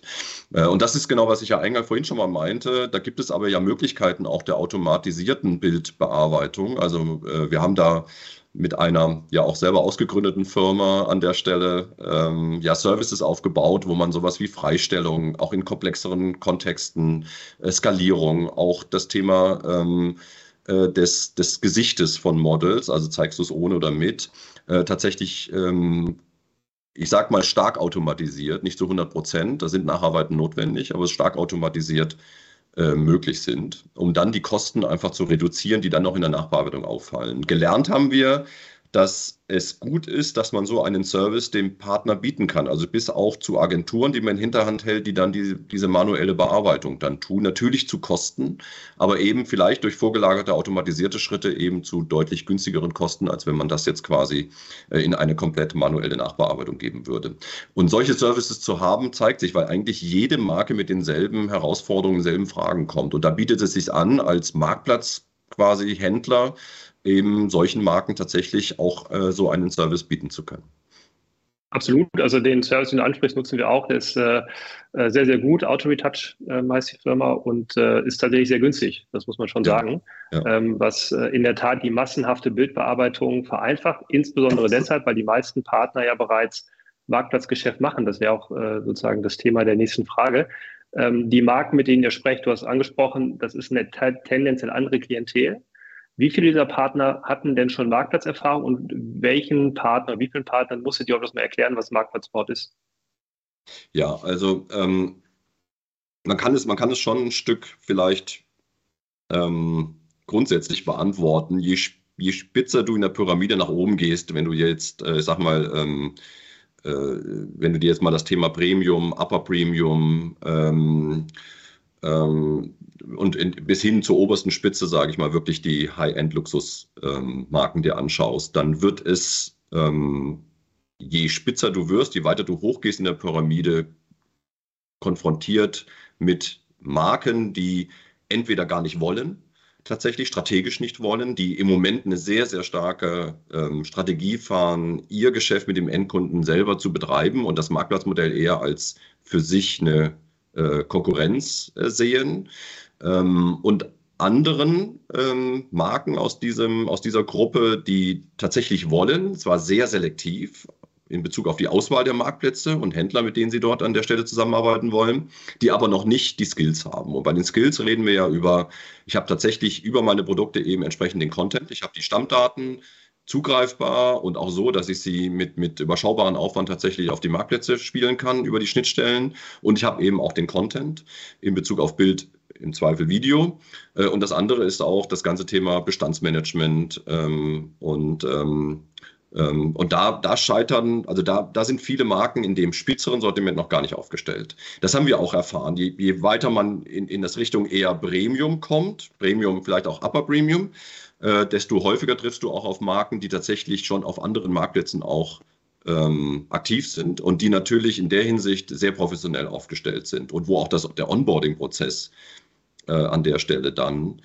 Und das ist genau, was ich ja eingangs vorhin schon mal meinte. Da gibt es aber ja Möglichkeiten auch der automatisierten Bildbearbeitung. Also wir haben da mit einer ja auch selber ausgegründeten Firma an der Stelle ähm, ja Services aufgebaut, wo man sowas wie Freistellung, auch in komplexeren Kontexten, äh, Skalierung, auch das Thema ähm, äh, des, des Gesichtes von Models, also zeigst du es ohne oder mit, äh, tatsächlich ähm, ich sag mal stark automatisiert, nicht zu hundert Prozent, da sind Nacharbeiten notwendig, aber es stark automatisiert äh, möglich sind, um dann die Kosten einfach zu reduzieren, die dann noch in der Nachbearbeitung auffallen. Gelernt haben wir, dass es gut ist, dass man so einen Service dem Partner bieten kann, also bis auch zu Agenturen, die man in Hinterhand hält, die dann die, diese manuelle Bearbeitung dann tun, natürlich zu Kosten, aber eben vielleicht durch vorgelagerte automatisierte Schritte eben zu deutlich günstigeren Kosten, als wenn man das jetzt quasi in eine komplett manuelle Nachbearbeitung geben würde. Und solche Services zu haben, zeigt sich, weil eigentlich jede Marke mit denselben Herausforderungen, denselben Fragen kommt. Und da bietet es sich an, als Marktplatz quasi Händler eben solchen Marken tatsächlich auch äh, so einen Service bieten zu können. Absolut, also den Service, den du ansprichst, nutzen wir auch. Der ist äh, sehr, sehr gut. AutoRetouch äh, heißt die Firma und äh, ist tatsächlich sehr günstig, das muss man schon ja. sagen. Ja. Ähm, was äh, in der Tat die massenhafte Bildbearbeitung vereinfacht, insbesondere deshalb, weil die meisten Partner ja bereits Marktplatzgeschäft machen. Das wäre auch äh, sozusagen das Thema der nächsten Frage. Ähm, die Marken, mit denen ihr sprecht, du hast angesprochen, das ist eine tendenziell andere Klientel. Wie viele dieser Partner hatten denn schon Marktplatzerfahrung und welchen Partner, wie vielen Partnern musstet ihr auch das mal erklären, was Marktplatzport ist? Ja, also ähm, man kann es, man kann es schon ein Stück vielleicht ähm, grundsätzlich beantworten. Je, je spitzer du in der Pyramide nach oben gehst, wenn du jetzt, äh, sag mal, ähm, äh, wenn du dir jetzt mal das Thema Premium, Upper Premium ähm, ähm, und in, bis hin zur obersten Spitze, sage ich mal, wirklich die High-End-Luxus-Marken ähm, dir anschaust, dann wird es, ähm, je spitzer du wirst, je weiter du hochgehst in der Pyramide, konfrontiert mit Marken, die entweder gar nicht wollen, tatsächlich strategisch nicht wollen, die im Moment eine sehr, sehr starke ähm, Strategie fahren, ihr Geschäft mit dem Endkunden selber zu betreiben und das Marktplatzmodell eher als für sich eine äh, Konkurrenz äh, sehen. Ähm, und anderen ähm, Marken aus, diesem, aus dieser Gruppe, die tatsächlich wollen, zwar sehr selektiv, in Bezug auf die Auswahl der Marktplätze und Händler, mit denen sie dort an der Stelle zusammenarbeiten wollen, die aber noch nicht die Skills haben. Und bei den Skills reden wir ja über, ich habe tatsächlich über meine Produkte eben entsprechend den Content, ich habe die Stammdaten zugreifbar und auch so, dass ich sie mit, mit überschaubaren Aufwand tatsächlich auf die Marktplätze spielen kann über die Schnittstellen und ich habe eben auch den Content in Bezug auf Bild, im Zweifel Video. Und das andere ist auch das ganze Thema Bestandsmanagement ähm, und ähm, Und da, da scheitern, also da, da sind viele Marken in dem spitzeren Sortiment noch gar nicht aufgestellt. Das haben wir auch erfahren. Je, je weiter man in, in das Richtung eher Premium kommt, Premium vielleicht auch Upper Premium, äh, desto häufiger triffst du auch auf Marken, die tatsächlich schon auf anderen Marktplätzen auch ähm, aktiv sind und die natürlich in der Hinsicht sehr professionell aufgestellt sind und wo auch das, der Onboarding-Prozess äh, an der Stelle dann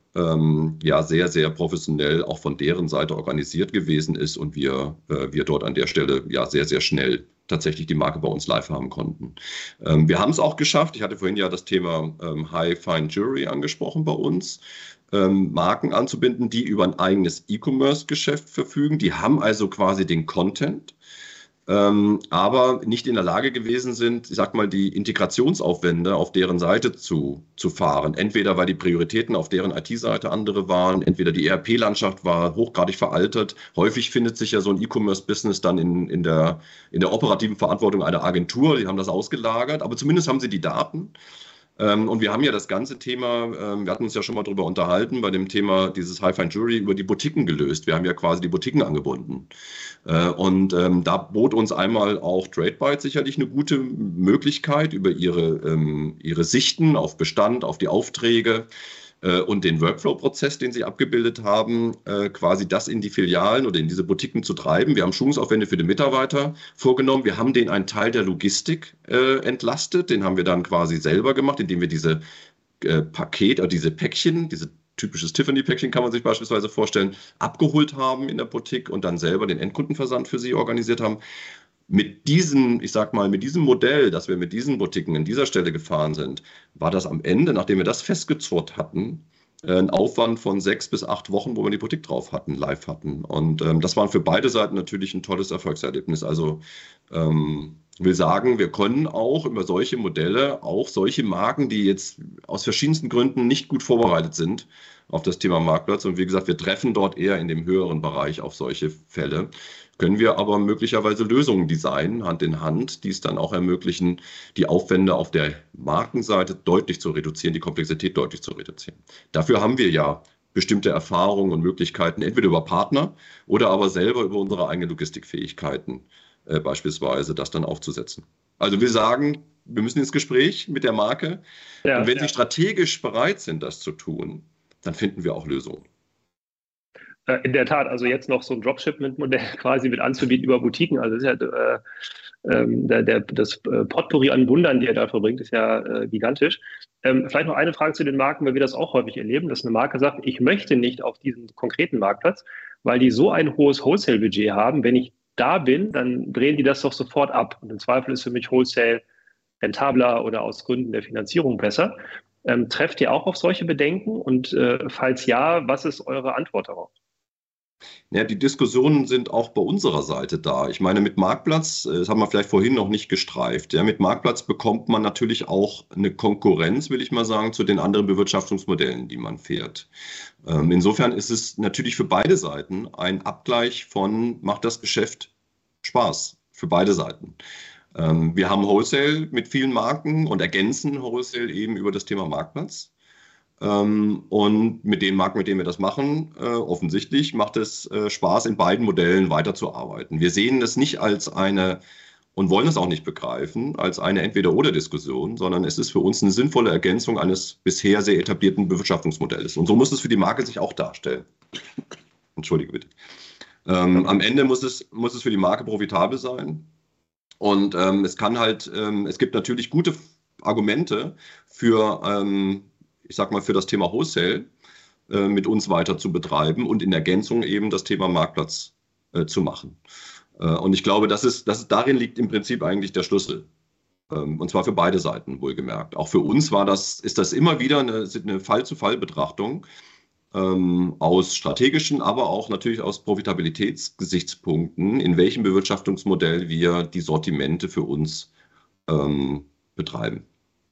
Ähm, ja, sehr, sehr professionell auch von deren Seite organisiert gewesen ist und wir, äh, wir dort an der Stelle ja sehr, sehr schnell tatsächlich die Marke bei uns live haben konnten. Ähm, wir haben es auch geschafft, ich hatte vorhin ja das Thema ähm, High Fine Jewelry angesprochen bei uns, ähm, Marken anzubinden, die über ein eigenes E-Commerce-Geschäft verfügen. Die haben also quasi den Content, Ähm, aber nicht in der Lage gewesen sind, ich sag mal, die Integrationsaufwände auf deren Seite zu, zu fahren. Entweder weil die Prioritäten auf deren I T-Seite andere waren, entweder die E R P-Landschaft war hochgradig veraltet. Häufig findet sich ja so ein E-Commerce-Business dann in, in, der, in der operativen Verantwortung einer Agentur, die haben das ausgelagert, aber zumindest haben sie die Daten. Ähm, und wir haben ja das ganze Thema, ähm, wir hatten uns ja schon mal drüber unterhalten, bei dem Thema dieses High Fine Jewelry über die Boutiquen gelöst. Wir haben ja quasi die Boutiquen angebunden. Äh, und ähm, da bot uns einmal auch TradeByte sicherlich eine gute Möglichkeit über ihre, ähm, ihre Sichten auf Bestand, auf die Aufträge äh, und den Workflow-Prozess, den sie abgebildet haben, äh, quasi das in die Filialen oder in diese Boutiquen zu treiben. Wir haben Schulungsaufwände für die Mitarbeiter vorgenommen. Wir haben denen einen Teil der Logistik äh, entlastet. Den haben wir dann quasi selber gemacht, indem wir diese äh, Paket oder diese Päckchen, diese typisches Tiffany-Päckchen kann man sich beispielsweise vorstellen, abgeholt haben in der Boutique und dann selber den Endkundenversand für sie organisiert haben. mit diesem, ich sag mal, mit diesem Modell, dass wir mit diesen Boutiquen an dieser Stelle gefahren sind, war das am Ende, nachdem wir das festgezurrt hatten, ein Aufwand von sechs bis acht Wochen, wo wir die Boutique drauf hatten, live hatten. Und ähm, das war für beide Seiten natürlich ein tolles Erfolgserlebnis. Also ähm, will sagen, wir können auch über solche Modelle, auch solche Marken, die jetzt aus verschiedensten Gründen nicht gut vorbereitet sind auf das Thema Marktplatz. Und wie gesagt, wir treffen dort eher in dem höheren Bereich auf solche Fälle. Können wir aber möglicherweise Lösungen designen, Hand in Hand, die es dann auch ermöglichen, die Aufwände auf der Markenseite deutlich zu reduzieren, die Komplexität deutlich zu reduzieren. Dafür haben wir ja bestimmte Erfahrungen und Möglichkeiten, entweder über Partner oder aber selber über unsere eigenen Logistikfähigkeiten äh, beispielsweise das dann aufzusetzen. Also wir sagen, wir müssen ins Gespräch mit der Marke ja, und wenn ja. sie strategisch bereit sind, das zu tun, dann finden wir auch Lösungen. In der Tat, also jetzt noch so ein Dropshipment-Modell quasi mit anzubieten über Boutiquen, also das ist ja äh, der, der, das Potpourri an Wundern, die er da verbringt, ist ja äh, gigantisch. Ähm, vielleicht noch eine Frage zu den Marken, weil wir das auch häufig erleben, dass eine Marke sagt, ich möchte nicht auf diesen konkreten Marktplatz, weil die so ein hohes Wholesale-Budget haben. Wenn ich da bin, dann drehen die das doch sofort ab. Und im Zweifel ist für mich Wholesale rentabler oder aus Gründen der Finanzierung besser. Ähm, trefft ihr auch auf solche Bedenken? Und äh, falls ja, was ist eure Antwort darauf? Ja, die Diskussionen sind auch bei unserer Seite da. Ich meine, mit Marktplatz, das haben wir vielleicht vorhin noch nicht gestreift, ja, mit Marktplatz bekommt man natürlich auch eine Konkurrenz, will ich mal sagen, zu den anderen Bewirtschaftungsmodellen, die man fährt. Ähm, insofern ist es natürlich für beide Seiten ein Abgleich von, macht das Geschäft Spaß für beide Seiten. Ähm, wir haben Wholesale mit vielen Marken und ergänzen Wholesale eben über das Thema Marktplatz. Und mit den Marken, mit denen wir das machen, äh, offensichtlich macht es äh, Spaß, in beiden Modellen weiterzuarbeiten. Wir sehen es nicht als eine, und wollen es auch nicht begreifen, als eine Entweder-oder-Diskussion, sondern es ist für uns eine sinnvolle Ergänzung eines bisher sehr etablierten Bewirtschaftungsmodells. Und so muss es für die Marke sich auch darstellen. Entschuldige bitte. Ähm, am Ende muss es, muss es für die Marke profitabel sein. Und ähm, es kann halt, ähm, es gibt natürlich gute Argumente für ähm, ich sag mal, für das Thema Wholesale äh, mit uns weiter zu betreiben und in Ergänzung eben das Thema Marktplatz äh, zu machen. Äh, und ich glaube, das ist, das ist, darin liegt im Prinzip eigentlich der Schlüssel. Ähm, und zwar für beide Seiten, wohlgemerkt. Auch für uns war das, ist das immer wieder eine, eine Fall-zu-Fall-Betrachtung ähm, aus strategischen, aber auch natürlich aus Profitabilitätsgesichtspunkten, in welchem Bewirtschaftungsmodell wir die Sortimente für uns ähm, betreiben.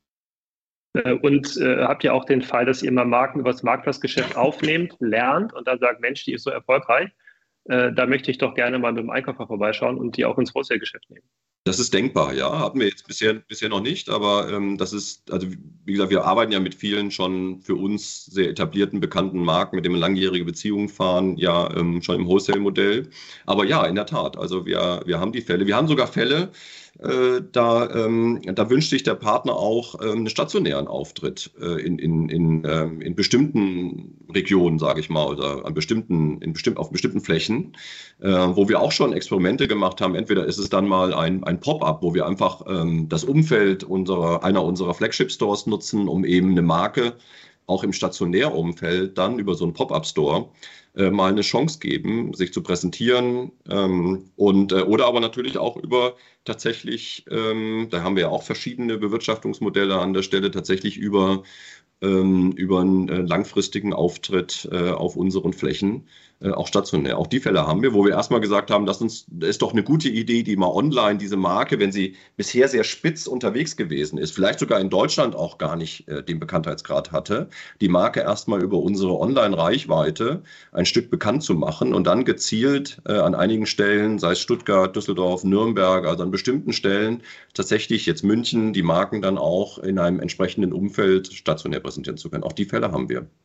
Und äh, habt ihr auch den Fall, dass ihr immer Marken über das Marktplatzgeschäft aufnehmt, lernt und dann sagt, Mensch, die ist so erfolgreich, äh, da möchte ich doch gerne mal mit dem Einkäufer vorbeischauen und die auch ins Wholesale-Geschäft nehmen? Das ist denkbar, ja. Hatten wir jetzt bisher, bisher noch nicht, aber ähm, das ist, also wie gesagt, wir arbeiten ja mit vielen schon für uns sehr etablierten, bekannten Marken, mit denen wir langjährige Beziehungen fahren, ja ähm, schon im Wholesale-Modell. Aber ja, in der Tat, also wir, wir haben die Fälle, wir haben sogar Fälle, Äh, da, ähm, da wünscht sich der Partner auch ähm, einen stationären Auftritt äh, in, in, in, ähm, in bestimmten Regionen, sage ich mal, oder an bestimmten, in bestimm- auf bestimmten Flächen, äh, wo wir auch schon Experimente gemacht haben. Entweder ist es dann mal ein, ein Pop-up, wo wir einfach ähm, das Umfeld unserer, einer unserer Flagship-Stores nutzen, um eben eine Marke auch im Stationärumfeld dann über so einen Pop-up-Store äh, mal eine Chance geben, sich zu präsentieren ähm, und äh, oder aber natürlich auch über tatsächlich, ähm, da haben wir ja auch verschiedene Bewirtschaftungsmodelle an der Stelle, tatsächlich über, ähm, über einen äh, langfristigen Auftritt äh, auf unseren Flächen, äh, auch stationär. Auch die Fälle haben wir, wo wir erstmal gesagt haben, das ist, das ist doch eine gute Idee, die mal online diese Marke, wenn sie bisher sehr spitz unterwegs gewesen ist, vielleicht sogar in Deutschland auch gar nicht äh, den Bekanntheitsgrad hatte, die Marke erstmal über unsere Online-Reichweite ein Stück bekannt zu machen und dann gezielt äh, an einigen Stellen, sei es Stuttgart, Düsseldorf, Nürnberg, also an bestimmten Stellen tatsächlich jetzt München, die Marken dann auch in einem entsprechenden Umfeld stationär präsentieren zu können. Auch die Fälle haben wir.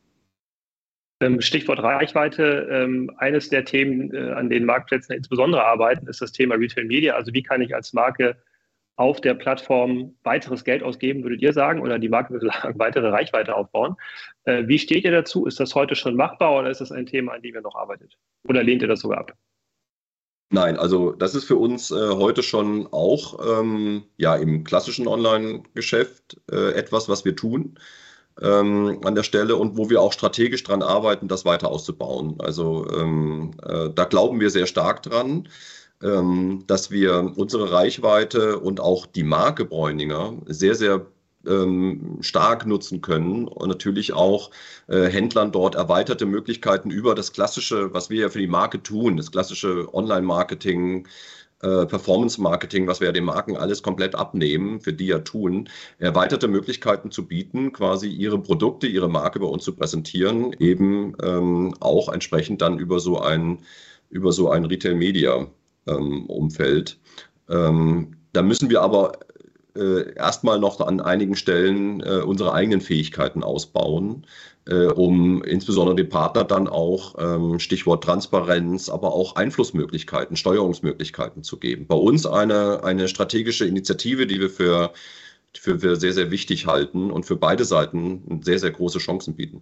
Stichwort Reichweite. Eines der Themen, an denen Marktplätze insbesondere arbeiten, ist das Thema Retail Media. Also wie kann ich als Marke auf der Plattform weiteres Geld ausgeben, würdet ihr sagen, oder die Marke würde sagen, weitere Reichweite aufbauen. Wie steht ihr dazu? Ist das heute schon machbar oder ist das ein Thema, an dem ihr noch arbeitet? Oder lehnt ihr das sogar ab? Nein, also das ist für uns äh, heute schon auch ähm, ja, im klassischen Online-Geschäft äh, etwas, was wir tun. Ähm, an der Stelle und wo wir auch strategisch dran arbeiten, das weiter auszubauen. Also ähm, äh, da glauben wir sehr stark dran. ähm, dass wir unsere Reichweite und auch die Marke Bräuninger sehr, sehr ähm, stark nutzen können und natürlich auch äh, Händlern dort erweiterte Möglichkeiten über das klassische, was wir ja für die Marke tun, das klassische Online-Marketing, äh, Performance-Marketing, was wir ja den Marken alles komplett abnehmen, für die ja tun, erweiterte Möglichkeiten zu bieten, quasi ihre Produkte, ihre Marke bei uns zu präsentieren, eben ähm, auch entsprechend dann über so ein, über so ein Retail-Media-Umfeld. Ähm, da müssen wir aber äh, erstmal noch an einigen Stellen äh, unsere eigenen Fähigkeiten ausbauen, äh, um insbesondere dem Partner dann auch ähm, Stichwort Transparenz, aber auch Einflussmöglichkeiten, Steuerungsmöglichkeiten zu geben. Bei uns eine, eine strategische Initiative, die wir für, für, für sehr, sehr wichtig halten und für beide Seiten sehr, sehr große Chancen bieten.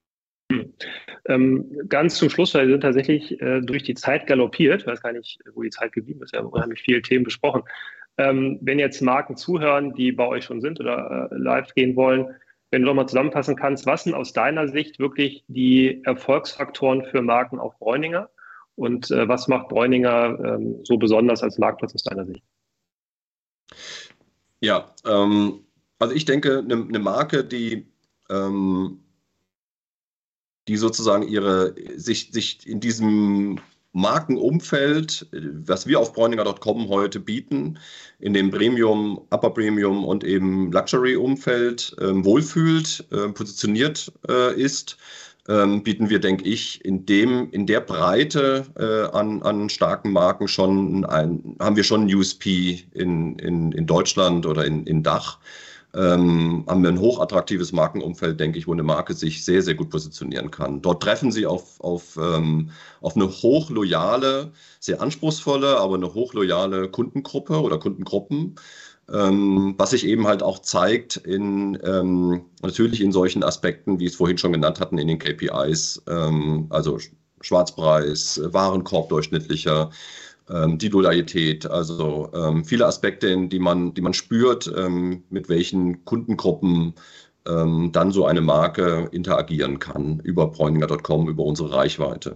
Ähm, ganz zum Schluss, weil wir sind tatsächlich äh, durch die Zeit galoppiert. Ich weiß gar nicht, wo die Zeit geblieben ist. Wir haben unheimlich viele Themen besprochen. Ähm, wenn jetzt Marken zuhören, die bei euch schon sind oder äh, live gehen wollen, wenn du nochmal zusammenfassen kannst, was sind aus deiner Sicht wirklich die Erfolgsfaktoren für Marken auf Bräuninger und äh, was macht Bräuninger ähm, so besonders als Marktplatz aus deiner Sicht? Ja, ähm, also ich denke, eine, eine Marke, die ähm, die sozusagen ihre, sich, sich in diesem Markenumfeld, was wir auf Bräuninger Punkt com heute bieten, in dem Premium, Upper Premium und eben Luxury-Umfeld äh, wohlfühlt, äh, positioniert äh, ist, ähm, bieten wir, denke ich, in dem, in der Breite äh, an, an starken Marken schon ein, haben wir schon ein U S P in, in, in Deutschland oder in, in Dach. Ähm, haben wir ein hochattraktives Markenumfeld, denke ich, wo eine Marke sich sehr, sehr gut positionieren kann. Dort treffen sie auf, auf, ähm, auf eine hochloyale, sehr anspruchsvolle, aber eine hochloyale Kundengruppe oder Kundengruppen, ähm, was sich eben halt auch zeigt in ähm, natürlich in solchen Aspekten, wie es vorhin schon genannt hatten, in den K P Is, ähm, also Schwarzpreis, Warenkorb durchschnittlicher, die Loyalität, also ähm, viele Aspekte, die man, die man spürt, ähm, mit welchen Kundengruppen ähm, dann so eine Marke interagieren kann über Bräuninger Punkt com, über unsere Reichweite.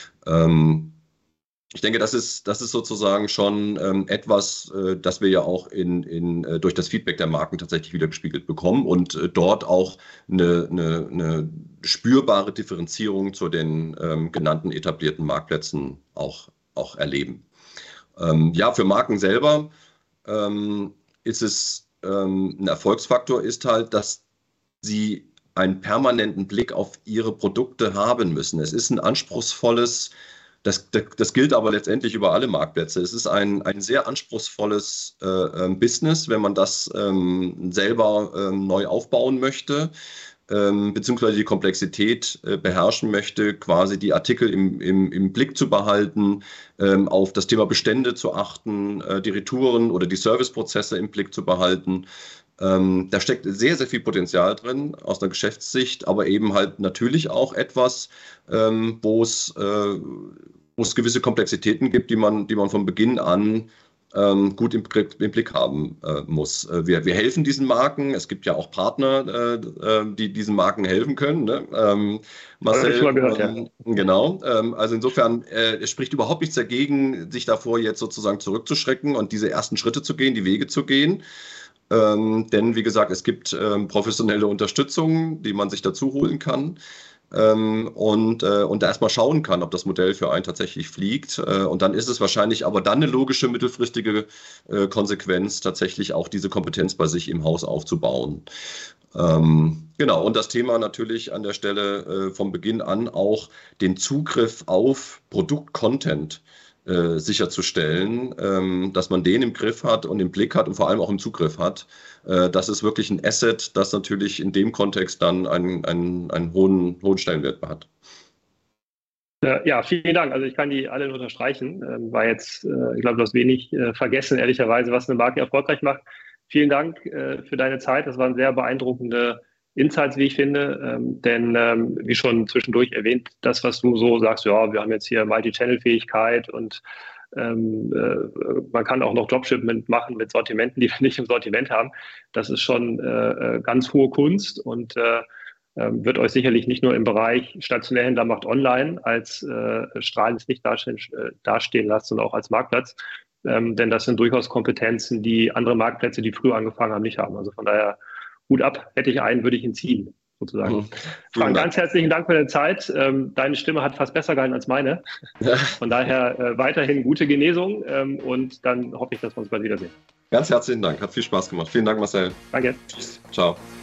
Ähm, ich denke, das ist, das ist sozusagen schon ähm, etwas, äh, das wir ja auch in, in, äh, durch das Feedback der Marken tatsächlich wieder gespiegelt bekommen und äh, dort auch eine, eine, eine spürbare Differenzierung zu den ähm, genannten etablierten Marktplätzen auch, auch erleben. Ähm, ja, für Marken selber ähm, ist es ähm, ein Erfolgsfaktor, ist halt, dass sie einen permanenten Blick auf ihre Produkte haben müssen. Es ist ein anspruchsvolles, das, das, das gilt aber letztendlich über alle Marktplätze. Es ist ein, ein sehr anspruchsvolles äh, Business, wenn man das ähm, selber ähm, neu aufbauen möchte. Beziehungsweise die Komplexität äh, beherrschen möchte, quasi die Artikel im, im, im Blick zu behalten, ähm, auf das Thema Bestände zu achten, äh, die Retouren oder die Serviceprozesse im Blick zu behalten. Ähm, da steckt sehr, sehr viel Potenzial drin aus einer Geschäftssicht, aber eben halt natürlich auch etwas, ähm, wo es, äh, wo es gewisse Komplexitäten gibt, die man, die man von Beginn an Ähm, gut im, im Blick haben äh, muss. Äh, wir, wir helfen diesen Marken. Es gibt ja auch Partner, äh, die diesen Marken helfen können. Ne? Ähm, Marcel, schon mal gehört, ähm, ja. Genau. Ähm, also insofern, äh, es spricht überhaupt nichts dagegen, sich davor jetzt sozusagen zurückzuschrecken und diese ersten Schritte zu gehen, die Wege zu gehen. Ähm, denn wie gesagt, es gibt ähm, professionelle Unterstützung, die man sich dazu holen kann. Ähm, und, äh, und da erstmal schauen kann, ob das Modell für einen tatsächlich fliegt. Äh, und dann ist es wahrscheinlich aber dann eine logische mittelfristige äh, Konsequenz, tatsächlich auch diese Kompetenz bei sich im Haus aufzubauen. Ähm, genau, und das Thema natürlich an der Stelle äh, von Beginn an auch den Zugriff auf Produkt-Content äh, sicherzustellen, ähm, dass man den im Griff hat und im Blick hat und vor allem auch im Zugriff hat. Äh, das ist wirklich ein Asset, das natürlich in dem Kontext dann einen, einen, einen hohen, hohen Stellenwert hat. Ja, vielen Dank. Also ich kann die alle nur unterstreichen. Ähm, war jetzt, äh, ich glaube, du hast wenig äh, vergessen, ehrlicherweise, was eine Marke erfolgreich macht. Vielen Dank äh, für deine Zeit. Das waren sehr beeindruckende Insights, wie ich finde. Ähm, denn ähm, wie schon zwischendurch erwähnt, das, was du so sagst, ja, wir haben jetzt hier Multi-Channel-Fähigkeit und ähm, äh, man kann auch noch Dropshipment machen mit Sortimenten, die wir nicht im Sortiment haben. Das ist schon äh, ganz hohe Kunst und äh, ähm, wird euch sicherlich nicht nur im Bereich Stationärhändler macht online als äh, strahlendes Licht dastehen, äh, dastehen lassen, sondern auch als Marktplatz. Ähm, denn das sind durchaus Kompetenzen, die andere Marktplätze, die früher angefangen haben, nicht haben. Also von daher, Hut ab, hätte ich einen, würde ich ihn ziehen, sozusagen. Mhm. Frank, ganz herzlichen Dank für deine Zeit. Ähm, deine Stimme hat fast besser gehalten als meine. Ja. Von daher äh, weiterhin gute Genesung ähm, und dann hoffe ich, dass wir uns bald wiedersehen. Ganz herzlichen Dank, hat viel Spaß gemacht. Vielen Dank, Marcel. Danke. Tschüss. Ciao.